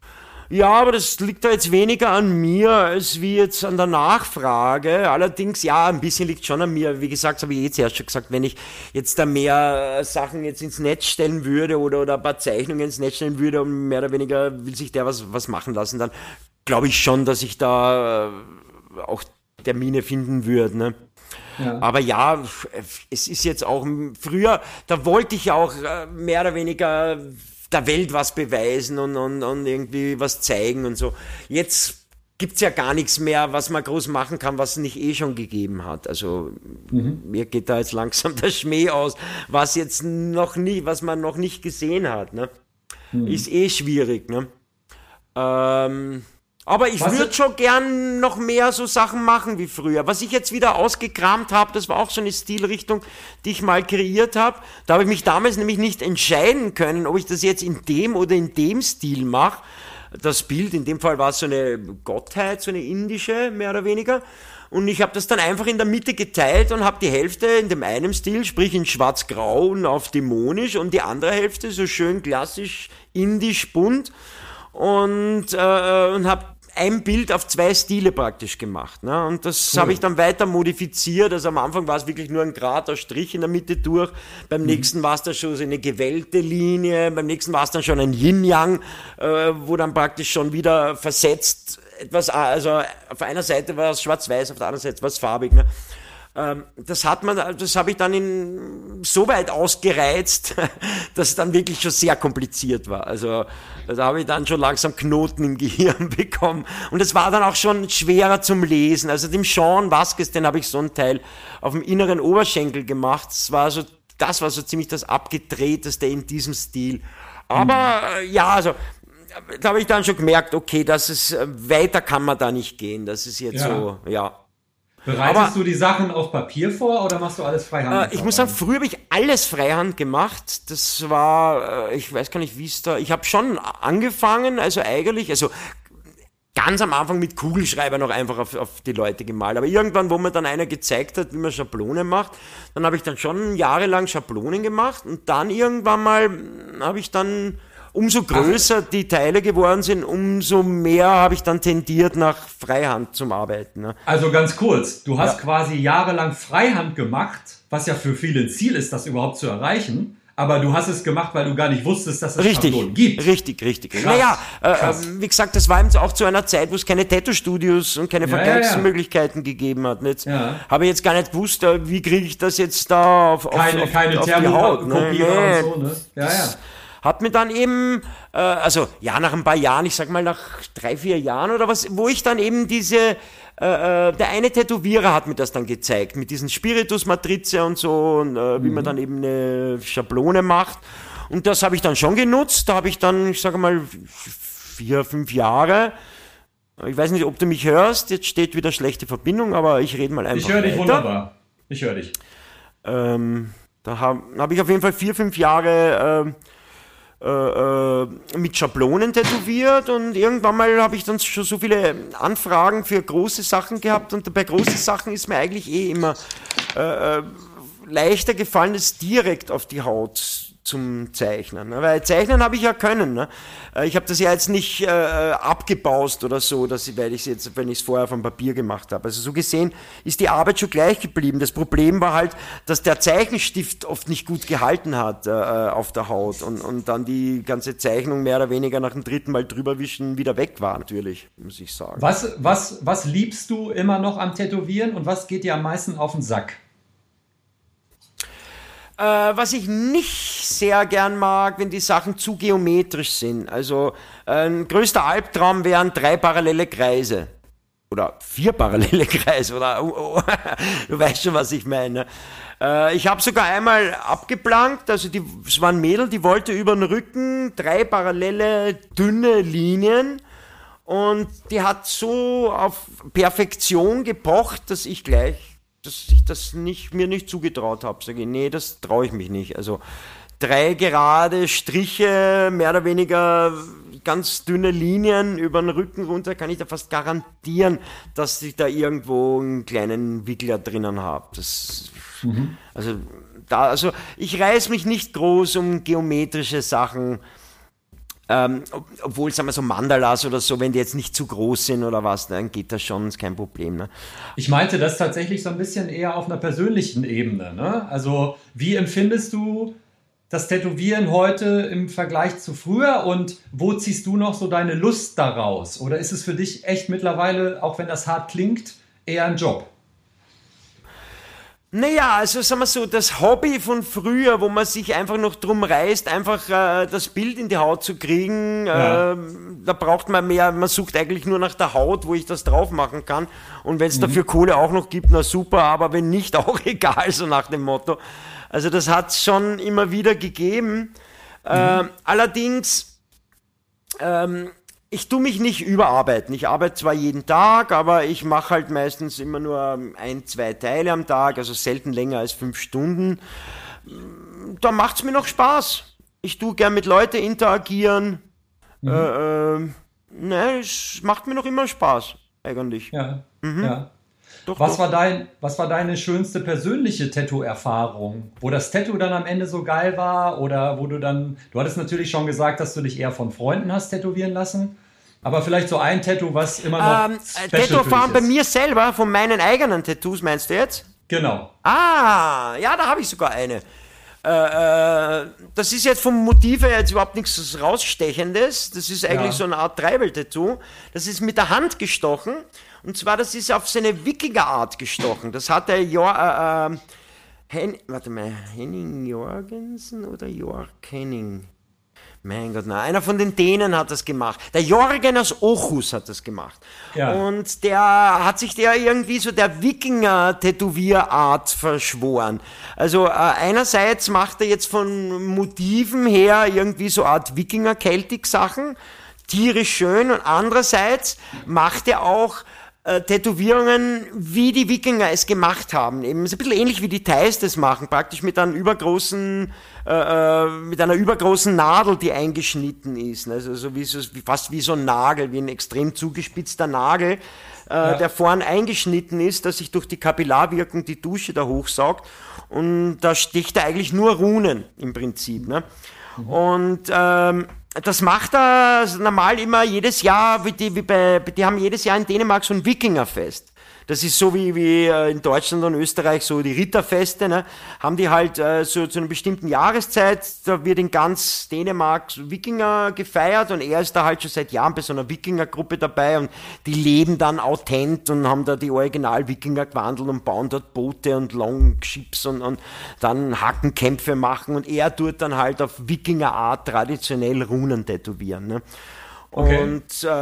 Speaker 4: Ja, aber das liegt da jetzt weniger an mir, als wie jetzt an der Nachfrage. Allerdings, ja, ein bisschen liegt schon an mir. Wie gesagt, habe ich jetzt erst schon gesagt, wenn ich jetzt da mehr Sachen jetzt ins Netz stellen würde oder ein paar Zeichnungen ins Netz stellen würde und mehr oder weniger will sich der was machen lassen, dann glaube ich schon, dass ich da auch Termine finden würde, ne? Ja. Aber ja, es ist jetzt auch früher, da wollte ich auch mehr oder weniger der Welt was beweisen und irgendwie was zeigen und so. Jetzt gibt's ja gar nichts mehr, was man groß machen kann, was es nicht eh schon gegeben hat. Also mir geht da jetzt langsam der Schmäh aus, was man noch nicht gesehen hat. Ne? Ist eh schwierig. Ne? Aber ich würde schon gern noch mehr so Sachen machen wie früher. Was ich jetzt wieder ausgekramt habe, das war auch so eine Stilrichtung, die ich mal kreiert habe. Da habe ich mich damals nämlich nicht entscheiden können, ob ich das jetzt in dem oder in dem Stil mache. Das Bild, in dem Fall war es so eine Gottheit, so eine indische, mehr oder weniger. Und ich habe das dann einfach in der Mitte geteilt und habe die Hälfte in dem einen Stil, sprich in schwarz-grau und auf dämonisch, und die andere Hälfte so schön klassisch indisch bunt. Und habe ein Bild auf 2 Stile praktisch gemacht. Ne? Und das habe ich dann weiter modifiziert. Also am Anfang war es wirklich nur ein gerader Strich in der Mitte durch. Beim nächsten war es dann schon so eine gewellte Linie. Beim nächsten war es dann schon ein Yin-Yang, wo dann praktisch schon wieder versetzt etwas, also auf einer Seite war es schwarz-weiß, auf der anderen Seite war es farbig. Ne? Das habe ich dann so weit ausgereizt, dass es dann wirklich schon sehr kompliziert war. Also da habe ich dann schon langsam Knoten im Gehirn bekommen. Und es war dann auch schon schwerer zum Lesen. Also dem Sean Vasquez, den habe ich so ein Teil auf dem inneren Oberschenkel gemacht. Das war so ziemlich das Abgedrehteste in diesem Stil. Aber ja, also da habe ich dann schon gemerkt, okay, weiter kann man da nicht gehen. Das ist jetzt so, ja.
Speaker 3: Bereitest du die Sachen auf Papier vor oder machst du alles freihand?
Speaker 4: Ich muss sagen, früher habe ich alles freihand gemacht. Das war, ich weiß gar nicht, wie es da, ich habe schon angefangen, also ganz am Anfang mit Kugelschreiber noch einfach auf die Leute gemalt. Aber irgendwann, wo mir dann einer gezeigt hat, wie man Schablonen macht, dann habe ich dann schon jahrelang Schablonen gemacht und dann irgendwann mal habe ich dann, umso größer die Teile geworden sind, umso mehr habe ich dann tendiert, nach Freihand zum Arbeiten. Ne?
Speaker 3: Also ganz kurz, du hast quasi jahrelang Freihand gemacht, was ja für viele ein Ziel ist, das überhaupt zu erreichen, aber du hast es gemacht, weil du gar nicht wusstest, dass es Schablonen gibt.
Speaker 4: Richtig. Krass, naja, wie gesagt, das war eben auch zu einer Zeit, wo es keine Tattoo-Studios und keine Vergleichsmöglichkeiten gegeben hat. Jetzt habe ich jetzt gar nicht gewusst, wie kriege ich das jetzt da auf die Haut.
Speaker 3: Ne? Und so, ne? Ja.
Speaker 4: Hat mir dann eben, nach ein paar Jahren, ich sag mal nach 3-4 Jahren oder was, wo ich dann eben der eine Tätowierer hat mir das dann gezeigt, mit diesen Spiritus-Matrize und so, und wie man dann eben eine Schablone macht. Und das habe ich dann schon genutzt. Da habe ich dann, ich sage mal, 4-5 Jahre. Ich weiß nicht, ob du mich hörst, jetzt steht wieder schlechte Verbindung, aber ich rede mal einfach.
Speaker 3: Ich höre dich wunderbar. Ich höre dich.
Speaker 4: Da habe ich auf jeden Fall 4-5 Jahre mit Schablonen tätowiert, und irgendwann mal habe ich dann schon so viele Anfragen für große Sachen gehabt, und bei großen Sachen ist mir eigentlich immer leichter gefallen, es direkt auf die Haut zum Zeichnen, ne? Weil Zeichnen habe ich ja können. Ne? Ich habe das ja jetzt nicht abgebaust oder so, wenn ich es vorher vom Papier gemacht habe. Also so gesehen ist die Arbeit schon gleich geblieben. Das Problem war halt, dass der Zeichenstift oft nicht gut gehalten hat auf der Haut, und dann die ganze Zeichnung mehr oder weniger nach dem 3. Mal drüberwischen wieder weg war, natürlich, muss ich sagen.
Speaker 3: Was liebst du immer noch am Tätowieren und was geht dir am meisten auf den Sack?
Speaker 4: Was ich nicht sehr gern mag, wenn die Sachen zu geometrisch sind. Also ein größter Albtraum wären 3 parallele Kreise. Oder 4 parallele Kreise. Oder du weißt schon, was ich meine. Ich habe sogar einmal abgeplankt, also es war ein Mädel, die wollte über den Rücken 3 parallele, dünne Linien. Und die hat so auf Perfektion gepocht, dass ich das mir nicht zugetraut habe. Sage ich, nee, das traue ich mich nicht. Also 3 gerade Striche, mehr oder weniger ganz dünne Linien über den Rücken runter, kann ich da fast garantieren, dass ich da irgendwo einen kleinen Wickler drinnen habe. Also ich reiß mich nicht groß um geometrische Sachen. Obwohl, sagen wir so Mandalas oder so, wenn die jetzt nicht zu groß sind oder was, dann geht das schon, ist kein Problem. Ne?
Speaker 3: Ich meinte das tatsächlich so ein bisschen eher auf einer persönlichen Ebene. Ne? Also wie empfindest du das Tätowieren heute im Vergleich zu früher und wo ziehst du noch so deine Lust daraus? Oder ist es für dich echt mittlerweile, auch wenn das hart klingt, eher ein Job?
Speaker 4: Naja, also sagen wir so, das Hobby von früher, wo man sich einfach noch drum reißt, einfach das Bild in die Haut zu kriegen, da braucht man mehr, man sucht eigentlich nur nach der Haut, wo ich das drauf machen kann, und wenn es dafür Kohle auch noch gibt, na super, aber wenn nicht, auch egal, so nach dem Motto. Also das hat es schon immer wieder gegeben. Allerdings, ich tue mich nicht überarbeiten. Ich arbeite zwar jeden Tag, aber ich mache halt meistens immer nur 1-2 Teile am Tag, also selten länger als 5 Stunden. Da macht es mir noch Spaß. Ich tue gern mit Leuten interagieren. Es macht mir noch immer Spaß, eigentlich.
Speaker 3: Ja,
Speaker 4: Doch,
Speaker 3: Was war deine schönste persönliche Tattoo-Erfahrung? Wo das Tattoo dann am Ende so geil war oder wo du hattest natürlich schon gesagt, dass du dich eher von Freunden hast tätowieren lassen, aber vielleicht so ein Tattoo, was immer noch special
Speaker 4: Tattoo-Erfahrung
Speaker 3: für
Speaker 4: bei
Speaker 3: dich ist.
Speaker 4: mir selber, von meinen eigenen Tattoos, meinst du jetzt?
Speaker 3: Genau.
Speaker 4: Ah, ja, da habe ich sogar eine. Das ist jetzt vom Motiv her jetzt überhaupt nichts Rausstechendes. Das ist eigentlich so eine Art Treibel-Tattoo. Das ist mit der Hand gestochen. Und zwar, das ist auf seine Wikinger-Art gestochen. Das hat der Henning Jorgensen oder Jörg Henning? Mein Gott, nein, einer von den Dänen hat das gemacht. Der Jorgen aus Aarhus hat das gemacht.
Speaker 3: Ja.
Speaker 4: Und der hat sich irgendwie so der Wikinger-Tätowierart verschworen. Also einerseits macht er jetzt von Motiven her irgendwie so eine Art Wikinger-Celtic-Sachen, tierisch schön, und andererseits macht er auch Tätowierungen, wie die Wikinger es gemacht haben. Eben so ein bisschen ähnlich wie die Thais das machen, praktisch mit einer übergroßen Nadel, die eingeschnitten ist. Also fast wie so ein Nagel, wie ein extrem zugespitzter Nagel, der vorn eingeschnitten ist, dass sich durch die Kapillarwirkung die Dusche da hochsaugt. Und da sticht er eigentlich nur Runen im Prinzip. Ne? Und das macht er normal immer jedes Jahr, die haben jedes Jahr in Dänemark so ein Wikingerfest. Das ist so wie in Deutschland und Österreich so die Ritterfeste, ne? Haben die halt so zu einer bestimmten Jahreszeit, da wird in ganz Dänemark so Wikinger gefeiert, und er ist da halt schon seit Jahren bei so einer Wikingergruppe dabei, und die leben dann authent und haben da die Original-Wikinger gewandelt und bauen dort Boote und Longships und dann Hackenkämpfe machen, und er tut dann halt auf Wikinger-Art traditionell Runen tätowieren, ne?
Speaker 3: Okay.
Speaker 4: Und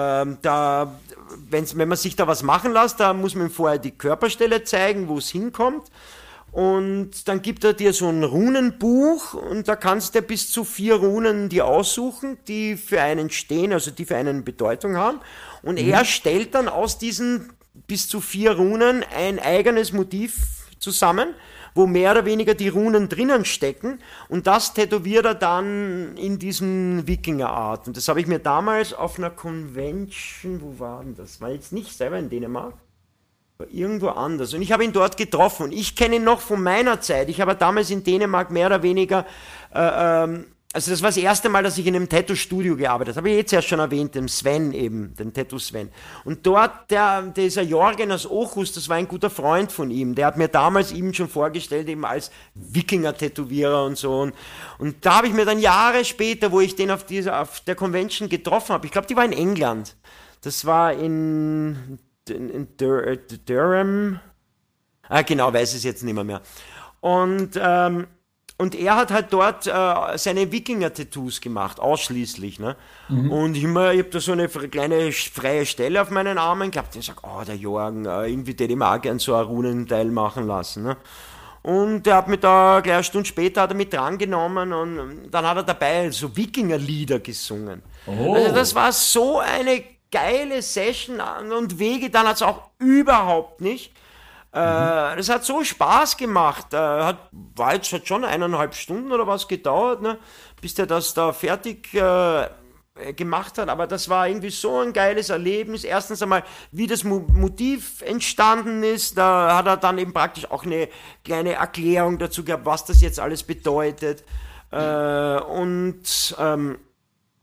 Speaker 4: wenn man sich da was machen lässt, da muss man ihm vorher die Körperstelle zeigen, wo es hinkommt. Und dann gibt er dir so ein Runenbuch, und da kannst du bis zu 4 Runen dir aussuchen, die für einen stehen, also die für einen Bedeutung haben. Und er stellt dann aus diesen bis zu 4 Runen ein eigenes Motiv zusammen, wo mehr oder weniger die Runen drinnen stecken, und das tätowiert er dann in diesem Wikinger-Art. Und das habe ich mir damals auf einer Convention, wo war denn das? War jetzt nicht selber in Dänemark, war irgendwo anders. Und ich habe ihn dort getroffen, und ich kenne ihn noch von meiner Zeit. Ich habe damals in Dänemark mehr oder weniger also das war das erste Mal, dass ich in einem Tattoo-Studio gearbeitet habe. Habe ich jetzt erst schon erwähnt, dem Sven eben, den Tattoo-Sven. Und dort, dieser Jorgen aus Aarhus, das war ein guter Freund von ihm. Der hat mir damals ihm schon vorgestellt, eben als Wikinger-Tätowierer und so. Und da habe ich mir dann Jahre später, wo ich den auf der Convention getroffen habe, ich glaube, die war in England. Das war in Durham. Genau, weiß es jetzt nicht mehr. Und er hat halt dort seine Wikinger-Tattoos gemacht, ausschließlich. Ne? Und ich habe da so eine kleine freie Stelle auf meinen Armen gehabt, und ich sage, der Jorgen, irgendwie hätte ich mir auch gern so ein Runenteil machen lassen. Ne? Und er hat mich da gleich eine Stunde später hat er mit drangenommen, und dann hat er dabei so Wikinger-Lieder gesungen. Oh. Also das war so eine geile Session, und Wege dann hat es auch überhaupt nicht. Das hat so Spaß gemacht. Hat schon 1,5 Stunden oder was gedauert, ne, bis der das da fertig gemacht hat. Aber das war irgendwie so ein geiles Erlebnis. Erstens einmal, wie das Motiv entstanden ist. Da hat er dann eben praktisch auch eine kleine Erklärung dazu gehabt, was das jetzt alles bedeutet.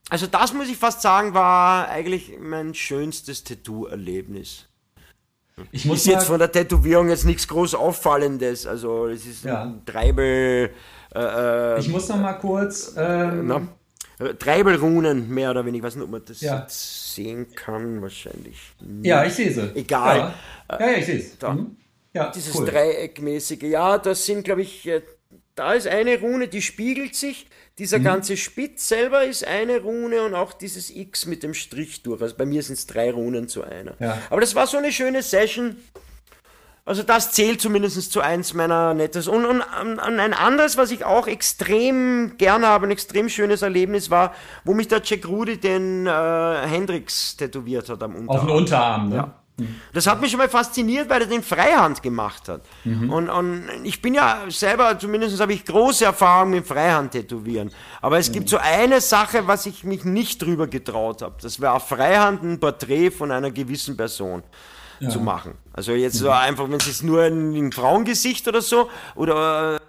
Speaker 4: Also das muss ich fast sagen, war eigentlich mein schönstes Tattoo-Erlebnis.
Speaker 3: Ich muss
Speaker 4: ist jetzt von der Tätowierung jetzt nichts groß Auffallendes. Also es ist ein Treibel...
Speaker 3: ich muss noch mal kurz...
Speaker 4: Treibelrunen, mehr oder weniger. Ich weiß nicht, ob man das jetzt sehen kann, wahrscheinlich.
Speaker 3: Ja, ich sehe sie.
Speaker 4: Egal.
Speaker 3: Ja, ich sehe es. Ja,
Speaker 4: dieses Dreieckmäßige. Ja, das sind, glaube ich, da ist eine Rune, die spiegelt sich. Dieser ganze Spitz selber ist eine Rune und auch dieses X mit dem Strich durch. Also bei mir sind es 3 Runen zu einer. Ja. Aber das war so eine schöne Session. Also das zählt zumindest zu eins meiner Nettes. Und ein anderes, was ich auch extrem gerne habe, ein extrem schönes Erlebnis war, wo mich der Jack Rudy den Hendrix tätowiert hat am Unterarm.
Speaker 3: Auf den Unterarm, ne?
Speaker 4: Ja. Das hat mich schon mal fasziniert, weil er den Freihand gemacht hat. Und ich bin ja selber, zumindest habe ich große Erfahrung mit Freihand-Tätowieren. Aber es gibt so eine Sache, was ich mich nicht drüber getraut habe. Das war auf Freihand ein Porträt von einer gewissen Person zu machen. Also jetzt so einfach, wenn es jetzt nur ein Frauengesicht oder so, oder...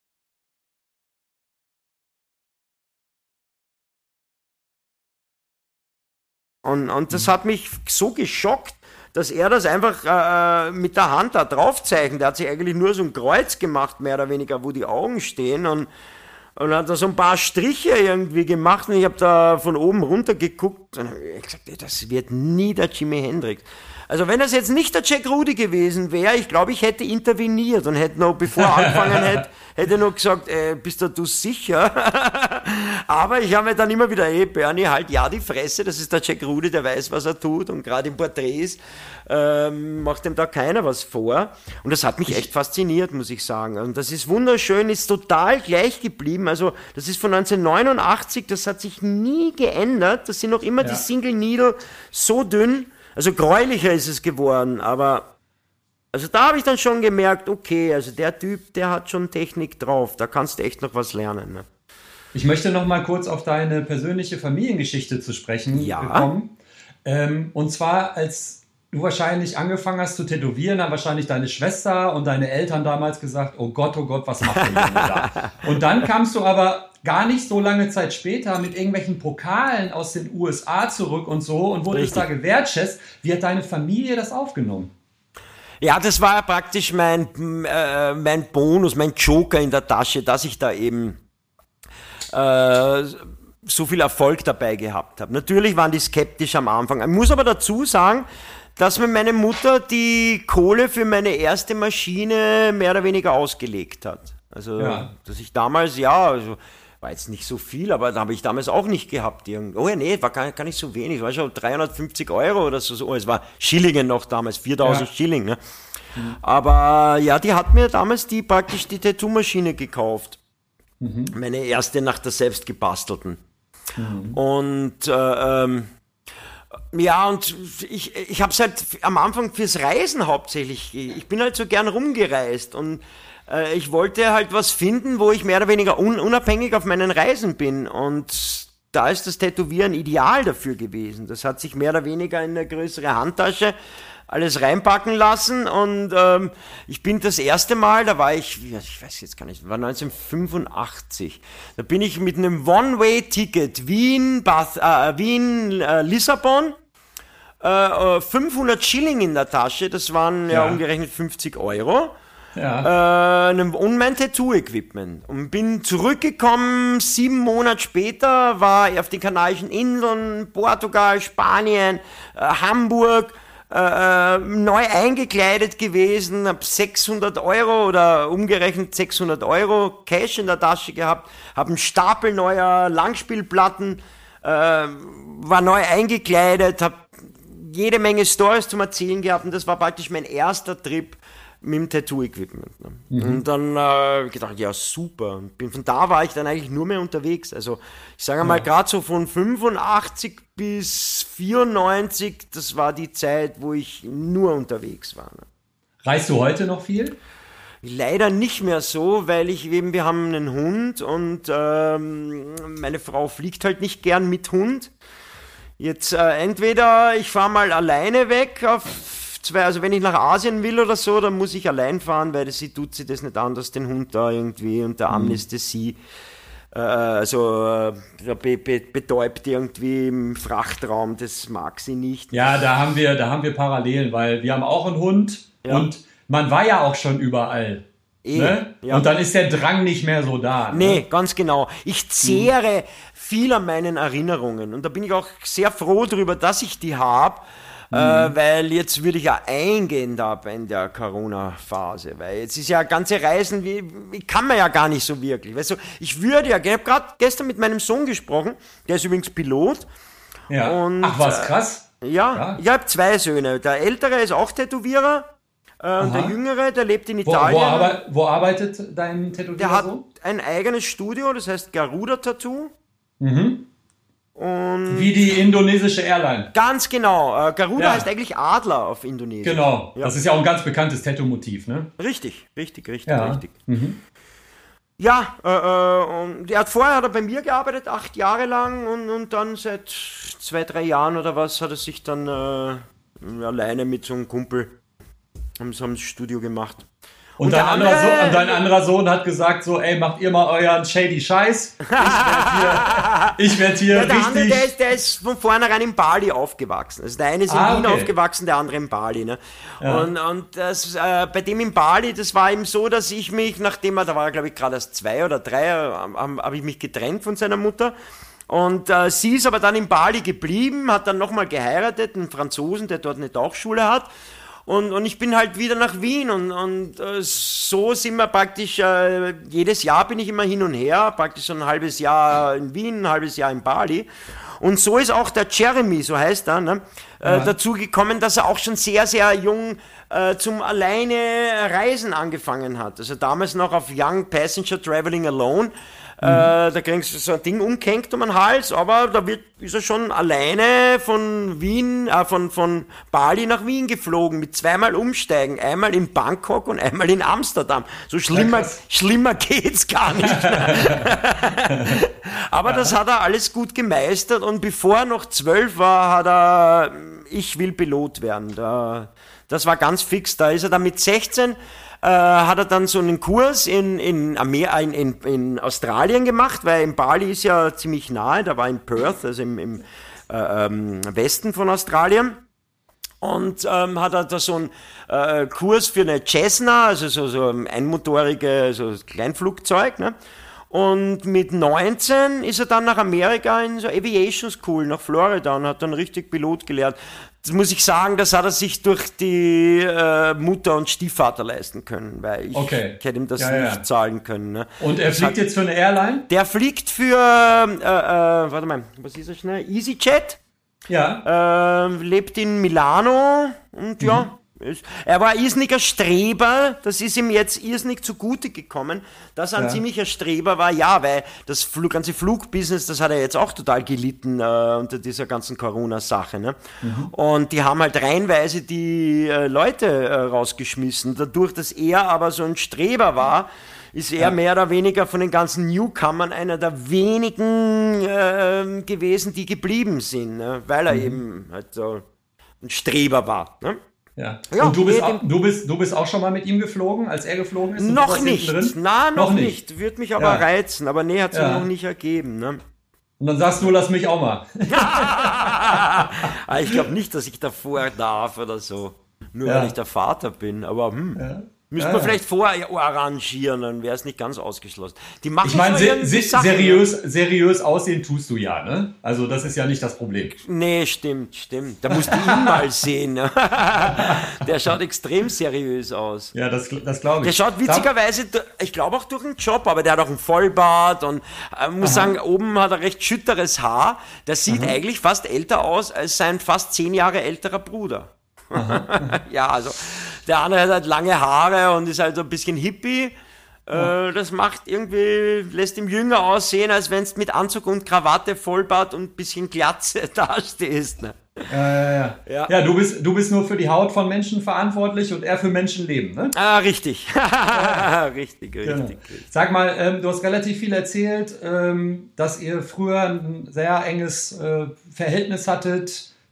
Speaker 4: Und das hat mich so geschockt, dass er das einfach mit der Hand da drauf zeichnet. Der hat sich eigentlich nur so ein Kreuz gemacht, mehr oder weniger, wo die Augen stehen und hat da so ein paar Striche irgendwie gemacht und ich habe da von oben runter geguckt und habe gesagt, das wird nie der Jimi Hendrix. Also wenn das jetzt nicht der Jack Rudy gewesen wäre, ich glaube, ich hätte interveniert und hätte noch, bevor er angefangen hätte noch gesagt, bist du sicher? Aber ich habe mir dann immer wieder, Bernie, halt ja die Fresse, das ist der Jack Rudy, der weiß, was er tut und gerade im Porträts macht ihm da keiner was vor. Und das hat mich echt fasziniert, muss ich sagen. Und das ist wunderschön, ist total gleich geblieben. Also das ist von 1989, das hat sich nie geändert. Das sind noch immer die Single Needle so dünn. Also gräulicher ist es geworden, aber also da habe ich dann schon gemerkt, okay, also der Typ, der hat schon Technik drauf, da kannst du echt noch was lernen. Ne?
Speaker 3: Ich möchte noch mal kurz auf deine persönliche Familiengeschichte zu sprechen kommen. Und zwar, als du wahrscheinlich angefangen hast zu tätowieren, haben wahrscheinlich deine Schwester und deine Eltern damals gesagt, oh Gott, was macht der Junge da? Und dann kamst du aber gar nicht so lange Zeit später mit irgendwelchen Pokalen aus den USA zurück und so und wurdest da gewertschätzt. Wie hat deine Familie das aufgenommen?
Speaker 4: Ja, das war praktisch mein Bonus, mein Joker in der Tasche, dass ich da eben so viel Erfolg dabei gehabt habe. Natürlich waren die skeptisch am Anfang. Ich muss aber dazu sagen, dass mir meine Mutter die Kohle für meine erste Maschine mehr oder weniger ausgelegt hat. Also, dass ich damals, also war jetzt nicht so viel, aber da habe ich damals auch nicht gehabt. Oh ja, nee, war gar nicht so wenig, war schon 350 € oder so. Es war Schillingen noch damals, 4000 Schilling. Ne? Aber ja, die hat mir damals praktisch die Tattoo-Maschine gekauft. Meine erste nach der selbst gebastelten. Und und ich habe es halt am Anfang fürs Reisen hauptsächlich, ich bin halt so gern rumgereist und ich wollte halt was finden, wo ich mehr oder weniger unabhängig auf meinen Reisen bin und da ist das Tätowieren ideal dafür gewesen. Das hat sich mehr oder weniger in eine größere Handtasche alles reinpacken lassen und ich bin das erste Mal, da war ich weiß jetzt gar nicht, war 1985, da bin ich mit einem One-Way-Ticket Wien-Lissabon, 500 Schilling in der Tasche, das waren umgerechnet 50 €. Und mein Tattoo-Equipment. Und bin zurückgekommen, 7 Monate später, war auf den Kanarischen Inseln, Portugal, Spanien, Hamburg, neu eingekleidet gewesen, habe 600 € oder umgerechnet 600 € Cash in der Tasche gehabt, habe einen Stapel neuer Langspielplatten, war neu eingekleidet, habe jede Menge Stories zum Erzählen gehabt und das war praktisch mein erster Trip mit dem Tattoo-Equipment. Ne? Und dann gedacht, ja super. Von da war ich dann eigentlich nur mehr unterwegs. Also ich sage mal, gerade so von 85 bis 94, das war die Zeit, wo ich nur unterwegs war. Ne?
Speaker 3: Reist du heute noch viel?
Speaker 4: Leider nicht mehr so, weil wir haben einen Hund und meine Frau fliegt halt nicht gern mit Hund. Jetzt entweder ich fahre mal alleine weg also wenn ich nach Asien will oder so, dann muss ich allein fahren, weil sie tut sich das nicht an, dass den Hund da irgendwie unter Anästhesie betäubt irgendwie im Frachtraum, das mag sie nicht.
Speaker 3: Ja, da haben wir Parallelen, weil wir haben auch einen Hund und man war ja auch schon überall. Ne? Ja. Und dann ist der Drang nicht mehr so da.
Speaker 4: Nee, ganz genau. Ich zehre viel an meinen Erinnerungen und da bin ich auch sehr froh darüber, dass ich die habe. Weil jetzt würde ich ja eingehen da in der Corona-Phase, weil jetzt ist ja ganze Reisen, wie kann man ja gar nicht so wirklich. Weißt du, ich habe gerade gestern mit meinem Sohn gesprochen, der ist übrigens Pilot.
Speaker 3: Ja.
Speaker 4: Und,
Speaker 3: ach was, krass.
Speaker 4: Ja, ich habe 2 Söhne. Der Ältere ist auch Tätowierer und der Jüngere, der lebt in Italien.
Speaker 3: Wo arbeitet dein Tätowierer?
Speaker 4: Der hat ein eigenes Studio, das heißt Garuda Tattoo. Und
Speaker 3: wie die indonesische Airline.
Speaker 4: Ganz genau. Garuda heißt eigentlich Adler auf Indonesisch.
Speaker 3: Genau. Ja. Das ist ja auch ein ganz bekanntes Tattoo-Motiv, ne?
Speaker 4: Richtig.
Speaker 3: Ja.
Speaker 4: Ja, und vorher hat er bei mir gearbeitet, 8 Jahre lang und dann seit 2-3 Jahren oder was hat er sich dann alleine mit so einem Kumpel haben das Studio gemacht.
Speaker 3: Und dein anderer Sohn hat gesagt so, ey, macht ihr mal euren shady Scheiß. Ich werd hier
Speaker 4: der
Speaker 3: richtig...
Speaker 4: Andere, der ist von vornherein in Bali aufgewachsen. Also der eine ist in Wien aufgewachsen, der andere in Bali. Ne? Ja. Und das, bei dem in Bali, das war eben so, dass ich mich, nachdem da war glaube ich gerade erst 2 oder 3, habe ich mich getrennt von seiner Mutter. Und sie ist aber dann in Bali geblieben, hat dann nochmal geheiratet, einen Franzosen, der dort eine Tauchschule hat. Und ich bin halt wieder nach Wien und so sind wir praktisch, jedes Jahr bin ich immer hin und her, praktisch so ein halbes Jahr in Wien, ein halbes Jahr in Bali. Und so ist auch der Jeremy, so heißt er, ne, dazu gekommen, dass er auch schon sehr, sehr jung zum alleine Reisen angefangen hat. Also damals noch auf Young Passenger Traveling Alone. Da kriegst du so ein Ding umgehängt um den Hals, aber da ist er schon alleine von Wien, von Bali nach Wien geflogen, mit 2-mal Umsteigen, einmal in Bangkok und einmal in Amsterdam. So schlimmer geht's gar nicht mehr. Aber das hat er alles gut gemeistert und bevor er noch 12 war, hat er, ich will Pilot werden. Das war ganz fix, da ist er dann mit 16, hat er dann so einen Kurs in Australien gemacht, weil in Bali ist ja ziemlich nahe, da war in Perth, also im Westen von Australien. Und hat er da so einen Kurs für eine Cessna, also so ein einmotorige so Kleinflugzeug, ne? Und mit 19 ist er dann nach Amerika in so Aviation School nach Florida und hat dann richtig Pilot gelernt. Das muss ich sagen, das hat er sich durch die Mutter und Stiefvater leisten können, weil ich hätte ihm das nicht zahlen können. Ne?
Speaker 3: Und er fliegt jetzt für eine Airline?
Speaker 4: Der fliegt für, warte mal, was ist das schnell? EasyJet.
Speaker 3: Ja.
Speaker 4: Lebt in Milano und er war irrsinniger Streber, das ist ihm jetzt irrsinnig zugute gekommen, dass er ein ziemlicher Streber war, weil das ganze Flugbusiness, das hat er jetzt auch total gelitten unter dieser ganzen Corona-Sache. Ne? Und die haben halt reihenweise die Leute rausgeschmissen. Dadurch, dass er aber so ein Streber war, ist er mehr oder weniger von den ganzen Newcomern einer der wenigen gewesen, die geblieben sind, ne? Weil er eben halt so ein Streber war. Ne?
Speaker 3: Ja. Und du bist auch schon mal mit ihm geflogen, als er geflogen ist?
Speaker 4: Noch nicht. Noch nicht. Würde mich aber reizen, aber hat sich noch nicht ergeben. Ne?
Speaker 3: Und dann sagst du, lass mich auch mal.
Speaker 4: Ich glaube nicht, dass ich davor darf oder so. Nur weil ich der Vater bin, aber müsste man vielleicht vorher arrangieren, dann wäre es nicht ganz ausgeschlossen. Die machen
Speaker 3: ich meine, seriös aussehen tust du ja, ne? Also das ist ja nicht das Problem.
Speaker 4: Nee, stimmt. Da musst du ihn mal sehen. Der schaut extrem seriös aus.
Speaker 3: Ja, das glaube ich.
Speaker 4: Der schaut witzigerweise, ich glaube auch durch einen Job, aber der hat auch einen Vollbart und muss sagen, oben hat er recht schütteres Haar. Der sieht eigentlich fast älter aus als sein fast 10 Jahre älterer Bruder. Ja, also der andere hat halt lange Haare und ist halt so ein bisschen Hippie. Das lässt ihm jünger aussehen, als wenn du mit Anzug und Krawatte, Vollbart und ein bisschen Glatze dastehst. Ne?
Speaker 3: Ja, du bist nur für die Haut von Menschen verantwortlich und er für Menschenleben, ne?
Speaker 4: Richtig. Richtig.
Speaker 3: Genau. Sag mal, du hast relativ viel erzählt, dass ihr früher ein sehr enges Verhältnis hattet.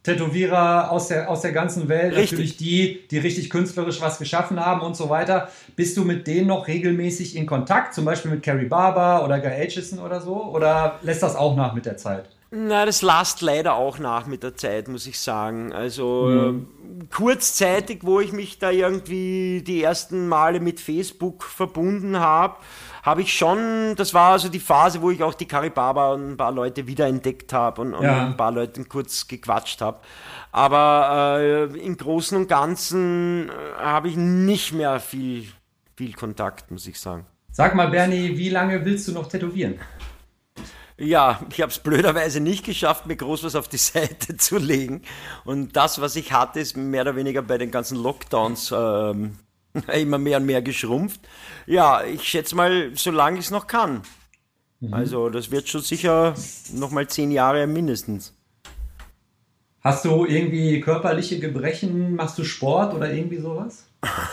Speaker 3: Tätowierer aus der ganzen Welt,
Speaker 4: Richtig.
Speaker 3: natürlich die richtig künstlerisch was geschaffen haben und so weiter. Bist du mit denen noch regelmäßig in Kontakt, zum Beispiel mit Carrie Barber oder Guy Aitchison oder so? Oder lässt das auch nach mit der Zeit?
Speaker 4: Na, das lasst leider auch nach mit der Zeit, muss ich sagen. Also kurzzeitig, wo ich mich da irgendwie die ersten Male mit Facebook verbunden habe ich schon, das war also die Phase, wo ich auch die Carrie Barber und ein paar Leute wiederentdeckt habe und ein paar Leuten kurz gequatscht habe. Aber im Großen und Ganzen habe ich nicht mehr viel Kontakt, muss ich sagen.
Speaker 3: Sag mal, Bernie, wie lange willst du noch tätowieren?
Speaker 4: Ja, ich habe es blöderweise nicht geschafft, mir groß was auf die Seite zu legen. Und das, was ich hatte, ist mehr oder weniger bei den ganzen Lockdowns immer mehr und mehr geschrumpft. Ja, ich schätze mal, solange ich es noch kann. Also das wird schon sicher nochmal 10 Jahre mindestens.
Speaker 3: Hast du irgendwie körperliche Gebrechen? Machst du Sport oder irgendwie sowas?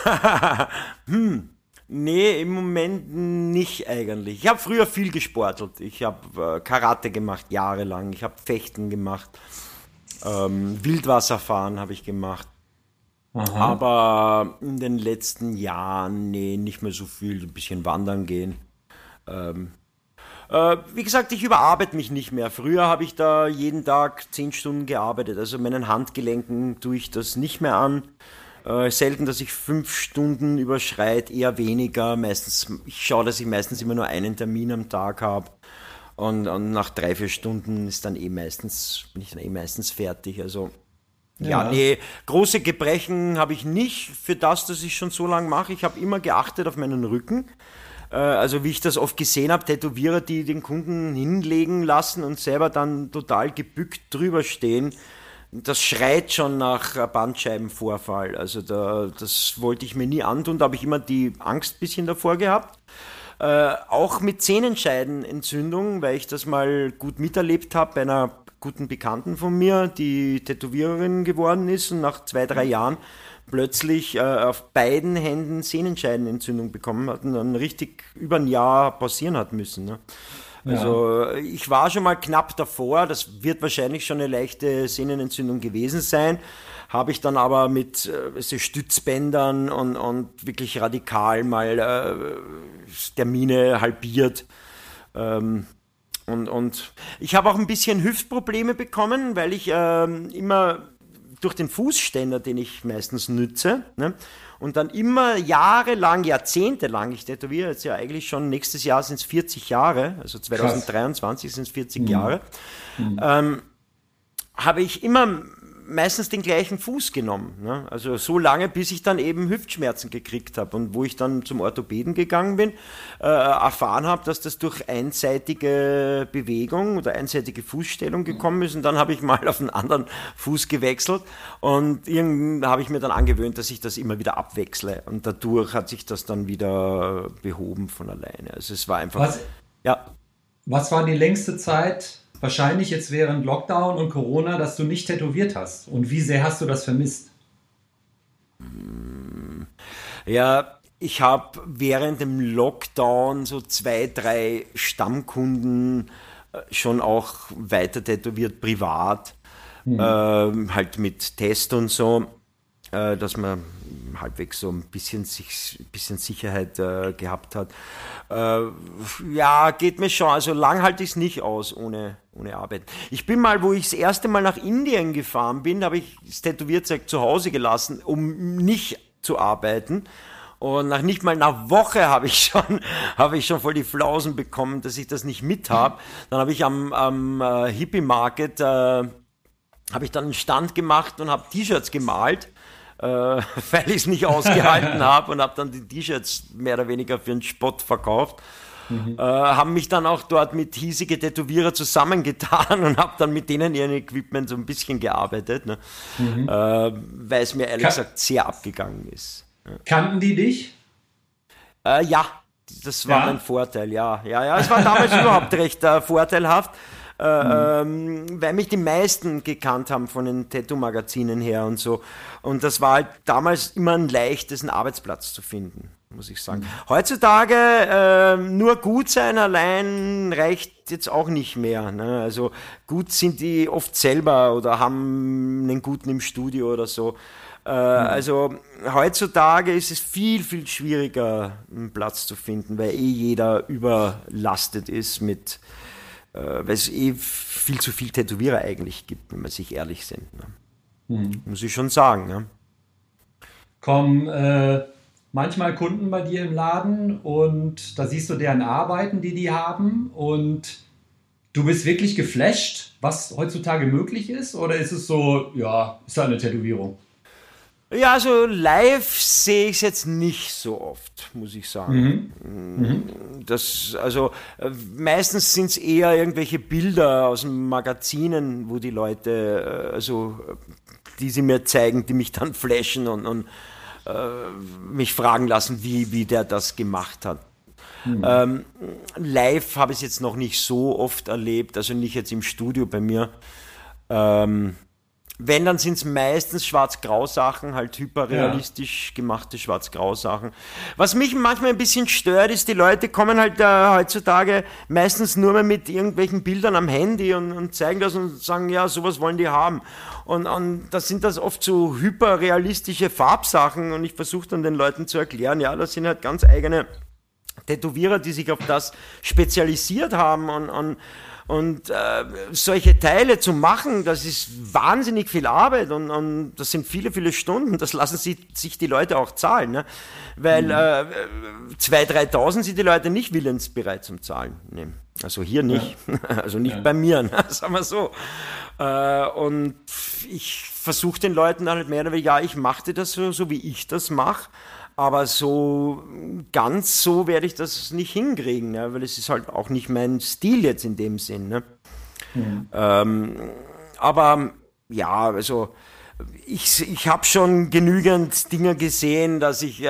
Speaker 4: Nee, im Moment nicht eigentlich. Ich habe früher viel gesportelt. Ich habe Karate gemacht, jahrelang. Ich habe Fechten gemacht. Wildwasserfahren habe ich gemacht. Aha. Aber in den letzten Jahren, nee, nicht mehr so viel. Ein bisschen wandern gehen. Wie gesagt, ich überarbeite mich nicht mehr. Früher habe ich da jeden Tag 10 Stunden gearbeitet. Also meinen Handgelenken tue ich das nicht mehr an. Selten, dass ich 5 Stunden überschreite, eher weniger. Ich schaue, dass ich meistens immer nur einen Termin am Tag habe. Und nach 3-4 Stunden bin ich dann meistens fertig. Also nee, große Gebrechen habe ich nicht, für das ich schon so lange mache. Ich habe immer geachtet auf meinen Rücken. Also wie ich das oft gesehen habe, Tätowierer, die den Kunden hinlegen lassen und selber dann total gebückt drüber stehen. Das schreit schon nach Bandscheibenvorfall. Also das wollte ich mir nie antun. Da habe ich immer die Angst ein bisschen davor gehabt. Auch mit Sehnenscheidenentzündung, weil ich das mal gut miterlebt habe bei einer guten Bekannten von mir, die Tätowiererin geworden ist und nach 2-3 Jahren plötzlich auf beiden Händen Sehnenscheidenentzündung bekommen hat und dann richtig über ein Jahr pausieren hat müssen. Ne? Also ich war schon mal knapp davor, das wird wahrscheinlich schon eine leichte Sehnenentzündung gewesen sein, habe ich dann aber mit Stützbändern und wirklich radikal mal Termine halbiert. Und ich habe auch ein bisschen Hüftprobleme bekommen, weil ich immer durch den Fußständer, den ich meistens nütze, ne, und dann immer jahrelang, jahrzehntelang, ich tätowiere jetzt ja eigentlich schon, nächstes Jahr sind es 40 Jahre, also 2023 sind es 40 Jahre, habe ich immer meistens den gleichen Fuß genommen. Ne? Also so lange, bis ich dann eben Hüftschmerzen gekriegt habe. Und wo ich dann zum Orthopäden gegangen bin, erfahren habe, dass das durch einseitige Bewegung oder einseitige Fußstellung gekommen ist. Und dann habe ich mal auf einen anderen Fuß gewechselt. Und irgendwie habe ich mir dann angewöhnt, dass ich das immer wieder abwechsle. Und dadurch hat sich das dann wieder behoben von alleine. Also es war einfach...
Speaker 3: Was war die längste Zeit... Wahrscheinlich jetzt während Lockdown und Corona, dass du nicht tätowiert hast. Und wie sehr hast du das vermisst?
Speaker 4: Ja, ich habe während dem Lockdown so 2-3 Stammkunden schon auch weiter tätowiert, privat. Halt mit Test und so, dass man halbwegs so ein bisschen Sicherheit gehabt hat. Geht mir schon, also lang halte ich es nicht aus ohne Arbeit. Ich bin mal, wo ich das erste Mal nach Indien gefahren bin, habe ich das Tätowierzeug zu Hause gelassen, um nicht zu arbeiten. Und nach nicht mal einer Woche habe ich schon voll die Flausen bekommen, dass ich das nicht mit habe. Dann habe ich am Hippie Market habe ich dann einen Stand gemacht und habe T-Shirts gemalt, weil ich es nicht ausgehalten habe und habe dann die T-Shirts mehr oder weniger für einen Spott verkauft. Haben mich dann auch dort mit hiesige Tätowierer zusammengetan und habe dann mit denen ihren Equipment so ein bisschen gearbeitet, ne? Weil es mir ehrlich gesagt sehr abgegangen ist.
Speaker 3: Kannten die dich?
Speaker 4: Ja, das war mein Vorteil, ja. Es war damals überhaupt recht vorteilhaft, weil mich die meisten gekannt haben von den Tattoo-Magazinen her und so. Und das war halt damals immer ein leichtes, einen Arbeitsplatz zu finden. muss ich sagen. Heutzutage nur gut sein allein reicht jetzt auch nicht mehr. Ne? Also gut sind die oft selber oder haben einen guten im Studio oder so. Also heutzutage ist es viel, viel schwieriger, einen Platz zu finden, weil jeder überlastet ist mit, weil es viel zu viel Tätowierer eigentlich gibt, wenn wir sich ehrlich sind. Ne? Muss ich schon sagen. Ne?
Speaker 3: Kommen manchmal Kunden bei dir im Laden und da siehst du deren Arbeiten, die haben und du bist wirklich geflasht, was heutzutage möglich ist? Oder ist es so, ja, ist halt eine Tätowierung?
Speaker 4: Ja, also live sehe ich es jetzt nicht so oft, muss ich sagen. Meistens sind es eher irgendwelche Bilder aus den Magazinen, wo die Leute, die sie mir zeigen, die mich dann flashen und mich fragen lassen, wie der das gemacht hat. Live habe ich es jetzt noch nicht so oft erlebt, also nicht jetzt im Studio bei mir. Wenn, dann sind es meistens Schwarz-Grau-Sachen, halt hyperrealistisch gemachte Schwarz-Grau-Sachen. Was mich manchmal ein bisschen stört, ist, die Leute kommen halt heutzutage meistens nur mehr mit irgendwelchen Bildern am Handy und zeigen das und sagen, ja, sowas wollen die haben. Und das sind das oft so hyperrealistische Farbsachen und ich versuche dann den Leuten zu erklären, ja, das sind halt ganz eigene Tätowierer, die sich auf das spezialisiert haben und solche Teile zu machen, das ist wahnsinnig viel Arbeit und das sind viele, viele Stunden, das lassen sich die Leute auch zahlen, ne? Weil 2.000, 3.000 sind die Leute nicht willens bereit zum Zahlen. Nee. Also hier nicht, also nicht bei mir, ne? Sagen wir so. Und ich versuche den Leuten dann halt mehr oder weniger, ja, ich mache das so wie ich das mache. Aber so ganz so werde ich das nicht hinkriegen, ne? Weil es ist halt auch nicht mein Stil jetzt in dem Sinn. Ne? Aber ja, also ich habe schon genügend Dinge gesehen, dass ich,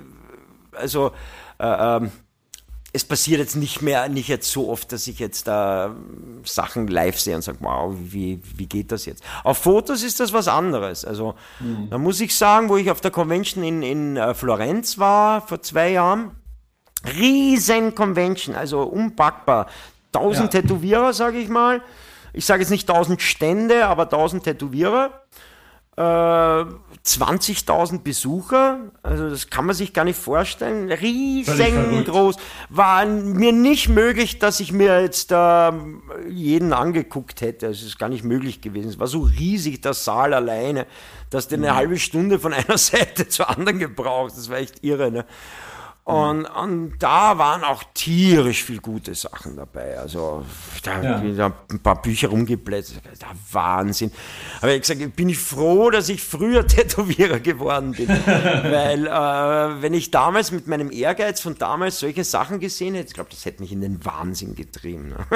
Speaker 4: es passiert jetzt nicht jetzt so oft, dass ich jetzt da Sachen live sehe und sage, wow, wie geht das jetzt? Auf Fotos ist das was anderes. Also da muss ich sagen, wo ich auf der Convention in Florenz war vor 2 Jahren, riesen Convention, also unpackbar. 1000 Tätowierer, sage ich mal. Ich sage jetzt nicht 1000 Stände, aber 1000 Tätowierer. 20.000 Besucher, also das kann man sich gar nicht vorstellen, riesengroß, war mir nicht möglich, dass ich mir jetzt jeden angeguckt hätte, es ist gar nicht möglich gewesen, es war so riesig, der Saal alleine, dass der eine halbe Stunde von einer Seite zur anderen gebraucht, das war echt irre, ne? Und da waren auch tierisch viel gute Sachen dabei. Also da ein paar Bücher rumgeblättert. Wahnsinn. Aber ich gesagt, bin ich froh, dass ich früher Tätowierer geworden bin. Weil wenn ich damals mit meinem Ehrgeiz von damals solche Sachen gesehen hätte, ich glaube, das hätte mich in den Wahnsinn getrieben. Ne?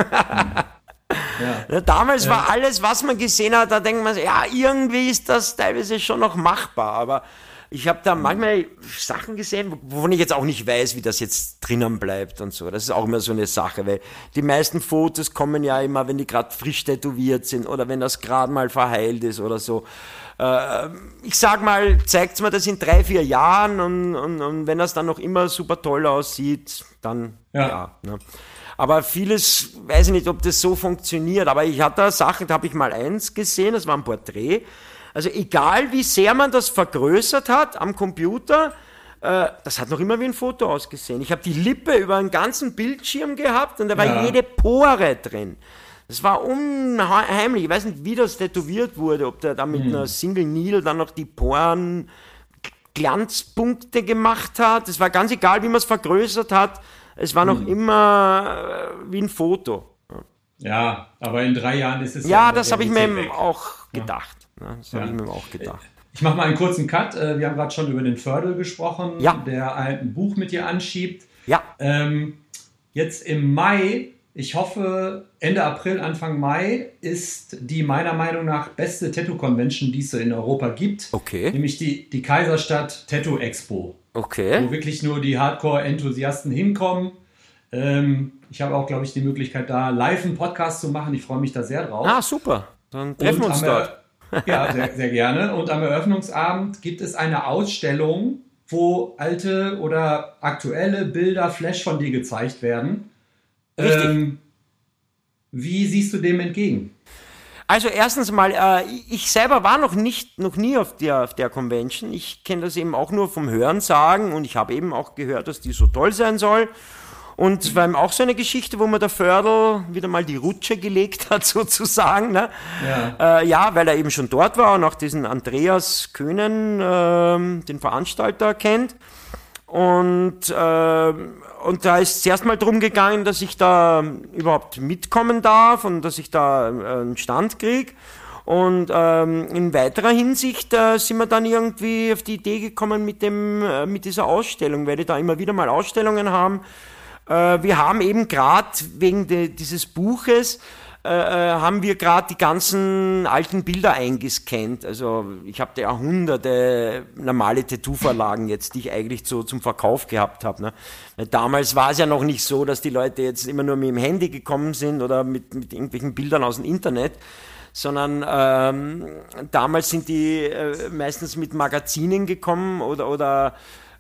Speaker 4: Damals war alles, was man gesehen hat, da denkt man, ja, irgendwie ist das teilweise schon noch machbar, aber ich habe da manchmal Sachen gesehen, wovon ich jetzt auch nicht weiß, wie das jetzt drinnen bleibt und so. Das ist auch immer so eine Sache, weil die meisten Fotos kommen ja immer, wenn die gerade frisch tätowiert sind oder wenn das gerade mal verheilt ist oder so. Ich sag mal, zeigt's mir das in 3-4 Jahren und wenn das dann noch immer super toll aussieht, dann ja ne? Aber vieles, weiß ich nicht, ob das so funktioniert, aber ich hatte da Sachen, da habe ich mal eins gesehen, das war ein Porträt. Also egal, wie sehr man das vergrößert hat am Computer, das hat noch immer wie ein Foto ausgesehen. Ich habe die Lippe über einen ganzen Bildschirm gehabt und da war jede Pore drin. Das war unheimlich. Ich weiß nicht, wie das tätowiert wurde, ob der da mit einer Single Needle dann noch die Poren Glanzpunkte gemacht hat. Es war ganz egal, wie man es vergrößert hat. Es war noch immer wie ein Foto.
Speaker 3: Ja, aber in 3 Jahren ist es
Speaker 4: ja das habe ich mir eben auch gedacht. Das habe ich mir auch gedacht.
Speaker 3: Ich mache mal einen kurzen Cut. Wir haben gerade schon über den Fördel gesprochen, der ein Buch mit dir anschiebt.
Speaker 4: Ja.
Speaker 3: Jetzt im Mai, ich hoffe Ende April, Anfang Mai, ist die meiner Meinung nach beste Tattoo-Convention, die es in Europa gibt.
Speaker 4: Okay.
Speaker 3: Nämlich die Kaiserstadt Tattoo Expo.
Speaker 4: Okay.
Speaker 3: Wo wirklich nur die Hardcore-Enthusiasten hinkommen. Ich habe auch, glaube ich, die Möglichkeit, da live einen Podcast zu machen. Ich freue mich da sehr drauf.
Speaker 4: Ah, super. Dann treffen wir uns dort.
Speaker 3: Ja, sehr, sehr gerne. Und am Eröffnungsabend gibt es eine Ausstellung wo alte oder aktuelle Bilder Flash von dir gezeigt werden. Wie siehst du dem entgegen?
Speaker 4: Also erstens mal, ich selber war noch nie auf der Convention. Ich kenne das eben auch nur vom Hörensagen und ich habe eben auch gehört, dass die so toll sein soll. Und es war eben auch so eine Geschichte, wo mir der Fördel wieder mal die Rutsche gelegt hat, sozusagen. Ne? Ja, weil er eben schon dort war und auch diesen Andreas Köhnen, den Veranstalter, kennt. Und da ist es zuerst mal drum gegangen, dass ich da überhaupt mitkommen darf und dass ich da einen Stand kriege. Und in weiterer Hinsicht sind wir dann irgendwie auf die Idee gekommen mit dieser Ausstellung, weil die da immer wieder mal Ausstellungen haben. Wir haben eben gerade wegen dieses Buches haben wir gerade die ganzen alten Bilder eingescannt. Also ich habe da ja hunderte normale Tattoo-Vorlagen jetzt, die ich eigentlich so zum Verkauf gehabt habe. Ne? Weil damals war es ja noch nicht so, dass die Leute jetzt immer nur mit dem Handy gekommen sind oder mit irgendwelchen Bildern aus dem Internet, sondern damals sind die meistens mit Magazinen gekommen oder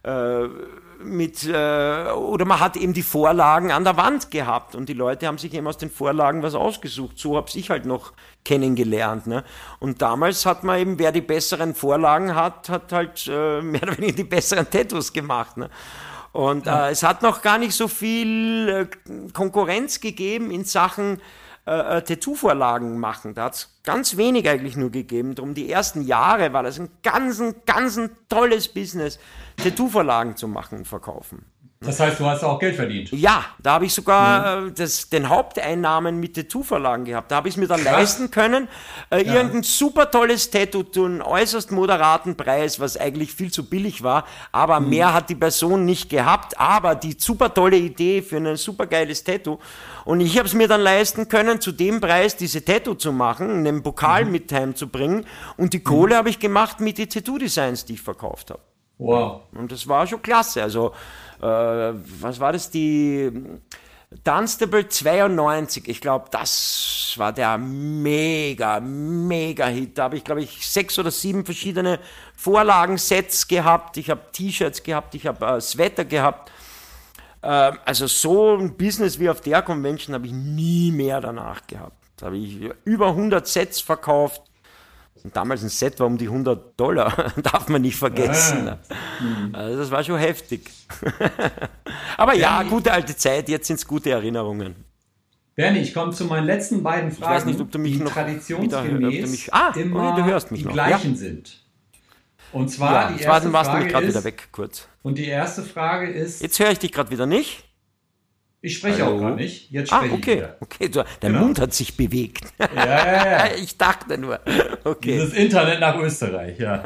Speaker 4: man hat eben die Vorlagen an der Wand gehabt und die Leute haben sich eben aus den Vorlagen was ausgesucht. So habe ich halt noch kennengelernt. Ne? Und damals hat man eben, wer die besseren Vorlagen hat halt mehr oder weniger die besseren Tattoos gemacht. Ne? Und es hat noch gar nicht so viel Konkurrenz gegeben in Sachen Tattoo-Vorlagen machen. Da hat es ganz wenig eigentlich nur gegeben. Drum die ersten Jahre war das ein ganz tolles Business, Tattoo-Vorlagen zu machen und verkaufen.
Speaker 3: Das heißt, du hast auch Geld verdient?
Speaker 4: Ja, da habe ich sogar den Haupteinnahmen mit Tattoo-Vorlagen gehabt. Da habe ich es mir dann leisten können, irgendein super tolles Tattoo zu einem äußerst moderaten Preis, was eigentlich viel zu billig war, aber mehr hat die Person nicht gehabt, aber die super tolle Idee für ein super geiles Tattoo. Und ich habe es mir dann leisten können, zu dem Preis diese Tattoo zu machen, einen Pokal mit heimzubringen und die Kohle habe ich gemacht mit den Tattoo-Designs, die ich verkauft habe.
Speaker 3: Wow.
Speaker 4: Und das war schon klasse. Also, was war das? Die Dunstable 92. Ich glaube, das war der mega Hit. Da habe ich, glaube ich, 6 oder 7 verschiedene Vorlagensets gehabt. Ich habe T-Shirts gehabt, ich habe Sweater gehabt. Also so ein Business wie auf der Convention habe ich nie mehr danach gehabt. Da habe ich über 100 Sets verkauft. Und damals ein Set war um die $100, darf man nicht vergessen. Also das war schon heftig. Aber ja, gute alte Zeit, jetzt sind es gute Erinnerungen.
Speaker 3: Bernie, ich komme zu meinen letzten beiden Fragen,
Speaker 4: ich weiß nicht, ob du mich
Speaker 3: die
Speaker 4: noch
Speaker 3: traditionsgemäß
Speaker 4: immer
Speaker 3: du
Speaker 4: hörst mich
Speaker 3: die
Speaker 4: noch.
Speaker 3: gleichen sind. Und zwar die erste
Speaker 4: warst du mich
Speaker 3: Frage
Speaker 4: gerade
Speaker 3: ist,
Speaker 4: wieder weg, kurz.
Speaker 3: und die erste Frage ist,
Speaker 4: Jetzt höre ich dich gerade wieder nicht.
Speaker 3: ich spreche auch gar nicht, jetzt spreche ich wieder.
Speaker 4: Okay, dein Mund hat sich bewegt.
Speaker 3: Ja.
Speaker 4: Ich dachte nur. Okay.
Speaker 3: Dieses Internet nach Österreich, ja.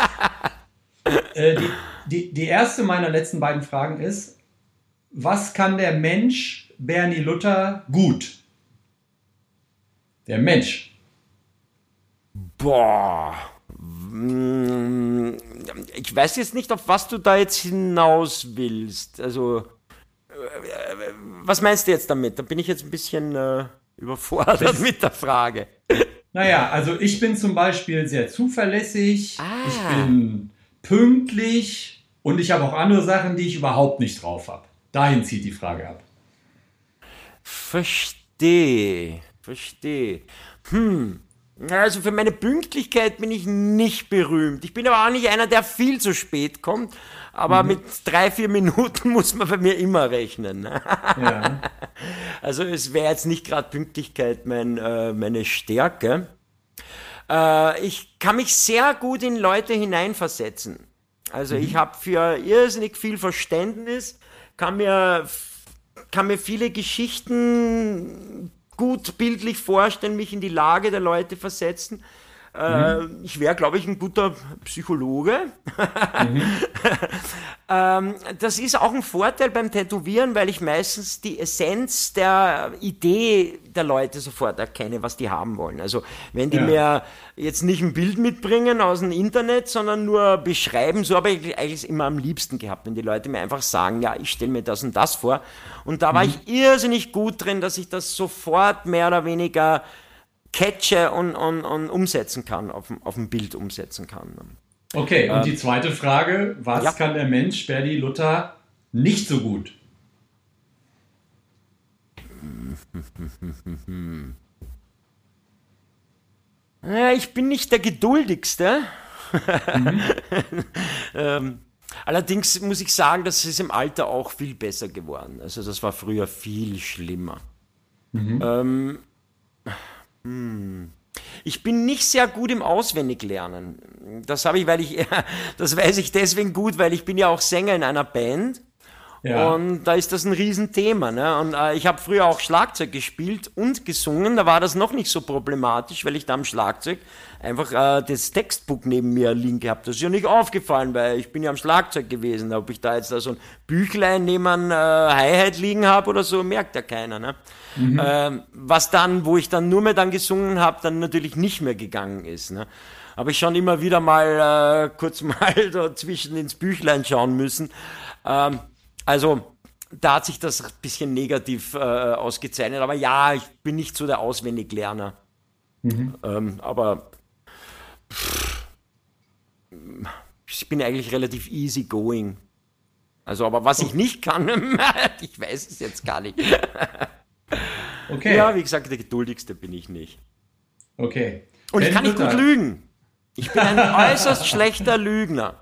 Speaker 3: Die erste meiner letzten beiden Fragen ist, was kann der Mensch Bernie Luther gut? Der Mensch.
Speaker 4: Boah. Ich weiß jetzt nicht, auf was du da jetzt hinaus willst. Also, was meinst du jetzt damit? Da bin ich jetzt ein bisschen überfordert mit der Frage.
Speaker 3: Naja, also ich bin zum Beispiel sehr zuverlässig, ich bin pünktlich und ich habe auch andere Sachen, die ich überhaupt nicht drauf habe. Dahin zieht die Frage ab.
Speaker 4: Verstehe. Also für meine Pünktlichkeit bin ich nicht berühmt. Ich bin aber auch nicht einer, der viel zu spät kommt. Aber mit 3-4 Minuten muss man bei mir immer rechnen.
Speaker 3: Ja.
Speaker 4: Also es wäre jetzt nicht gerade Pünktlichkeit meine Stärke. Ich kann mich sehr gut in Leute hineinversetzen. Also ich habe für irrsinnig viel Verständnis, kann mir viele Geschichten gut bildlich vorstellen, mich in die Lage der Leute versetzen. Ich wäre, glaube ich, ein guter Psychologe. Das ist auch ein Vorteil beim Tätowieren, weil ich meistens die Essenz der Idee der Leute sofort erkenne, was die haben wollen. Also wenn die mir jetzt nicht ein Bild mitbringen aus dem Internet, sondern nur beschreiben, so habe ich eigentlich immer am liebsten gehabt, wenn die Leute mir einfach sagen, ja, ich stelle mir das und das vor. Und da war ich irrsinnig gut drin, dass ich das sofort mehr oder weniger catche und umsetzen kann, auf dem Bild umsetzen kann.
Speaker 3: Okay, und die zweite Frage, was kann der Mensch Berdi Luther nicht so gut?
Speaker 4: Ich bin nicht der Geduldigste. Allerdings muss ich sagen, das ist im Alter auch viel besser geworden. Also das war früher viel schlimmer. Ich bin nicht sehr gut im Auswendiglernen. Das weiß ich deswegen gut, weil ich bin ja auch Sänger in einer Band. Ja. Und da ist das ein Riesenthema. Ne? Und ich habe früher auch Schlagzeug gespielt und gesungen. Da war das noch nicht so problematisch, weil ich da am Schlagzeug einfach das Textbuch neben mir liegen gehabt. Das ist ja nicht aufgefallen, weil ich bin ja am Schlagzeug gewesen. Ob ich da jetzt so ein Büchlein neben einem Hi-Hat liegen habe oder so, merkt ja keiner. Ne? Wo ich dann nur mehr dann gesungen habe, dann natürlich nicht mehr gegangen ist. Ne? Habe ich schon immer wieder mal kurz mal dazwischen ins Büchlein schauen müssen. Also, da hat sich das ein bisschen negativ ausgezeichnet. Aber ja, ich bin nicht so der Auswendiglerner. Aber ich bin eigentlich relativ easy going. Also, aber was ich nicht kann, ich weiß es jetzt gar nicht.
Speaker 3: Okay.
Speaker 4: Ja, wie gesagt, der Geduldigste bin ich nicht.
Speaker 3: Okay.
Speaker 4: Und ich kann nicht gut lügen. Ich bin ein äußerst schlechter Lügner.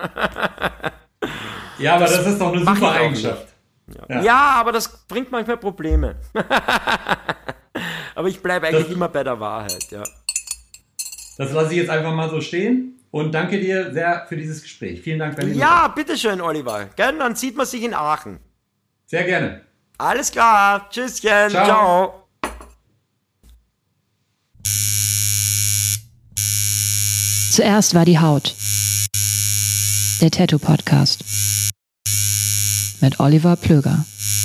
Speaker 3: Ja, aber das ist doch eine super Eigenschaft.
Speaker 4: Ja, aber das bringt manchmal Probleme. Aber ich bleibe eigentlich immer bei der Wahrheit, ja.
Speaker 3: Das lasse ich jetzt einfach mal so stehen und danke dir sehr für dieses Gespräch. Vielen Dank, Berlin.
Speaker 4: Ja, bitteschön, Oliver. Gell, dann sieht man sich in Aachen.
Speaker 3: Sehr gerne.
Speaker 4: Alles klar. Tschüsschen.
Speaker 3: Ciao.
Speaker 4: Ciao.
Speaker 1: Zuerst war die Haut. Der Tattoo Podcast mit Oliver Plöger.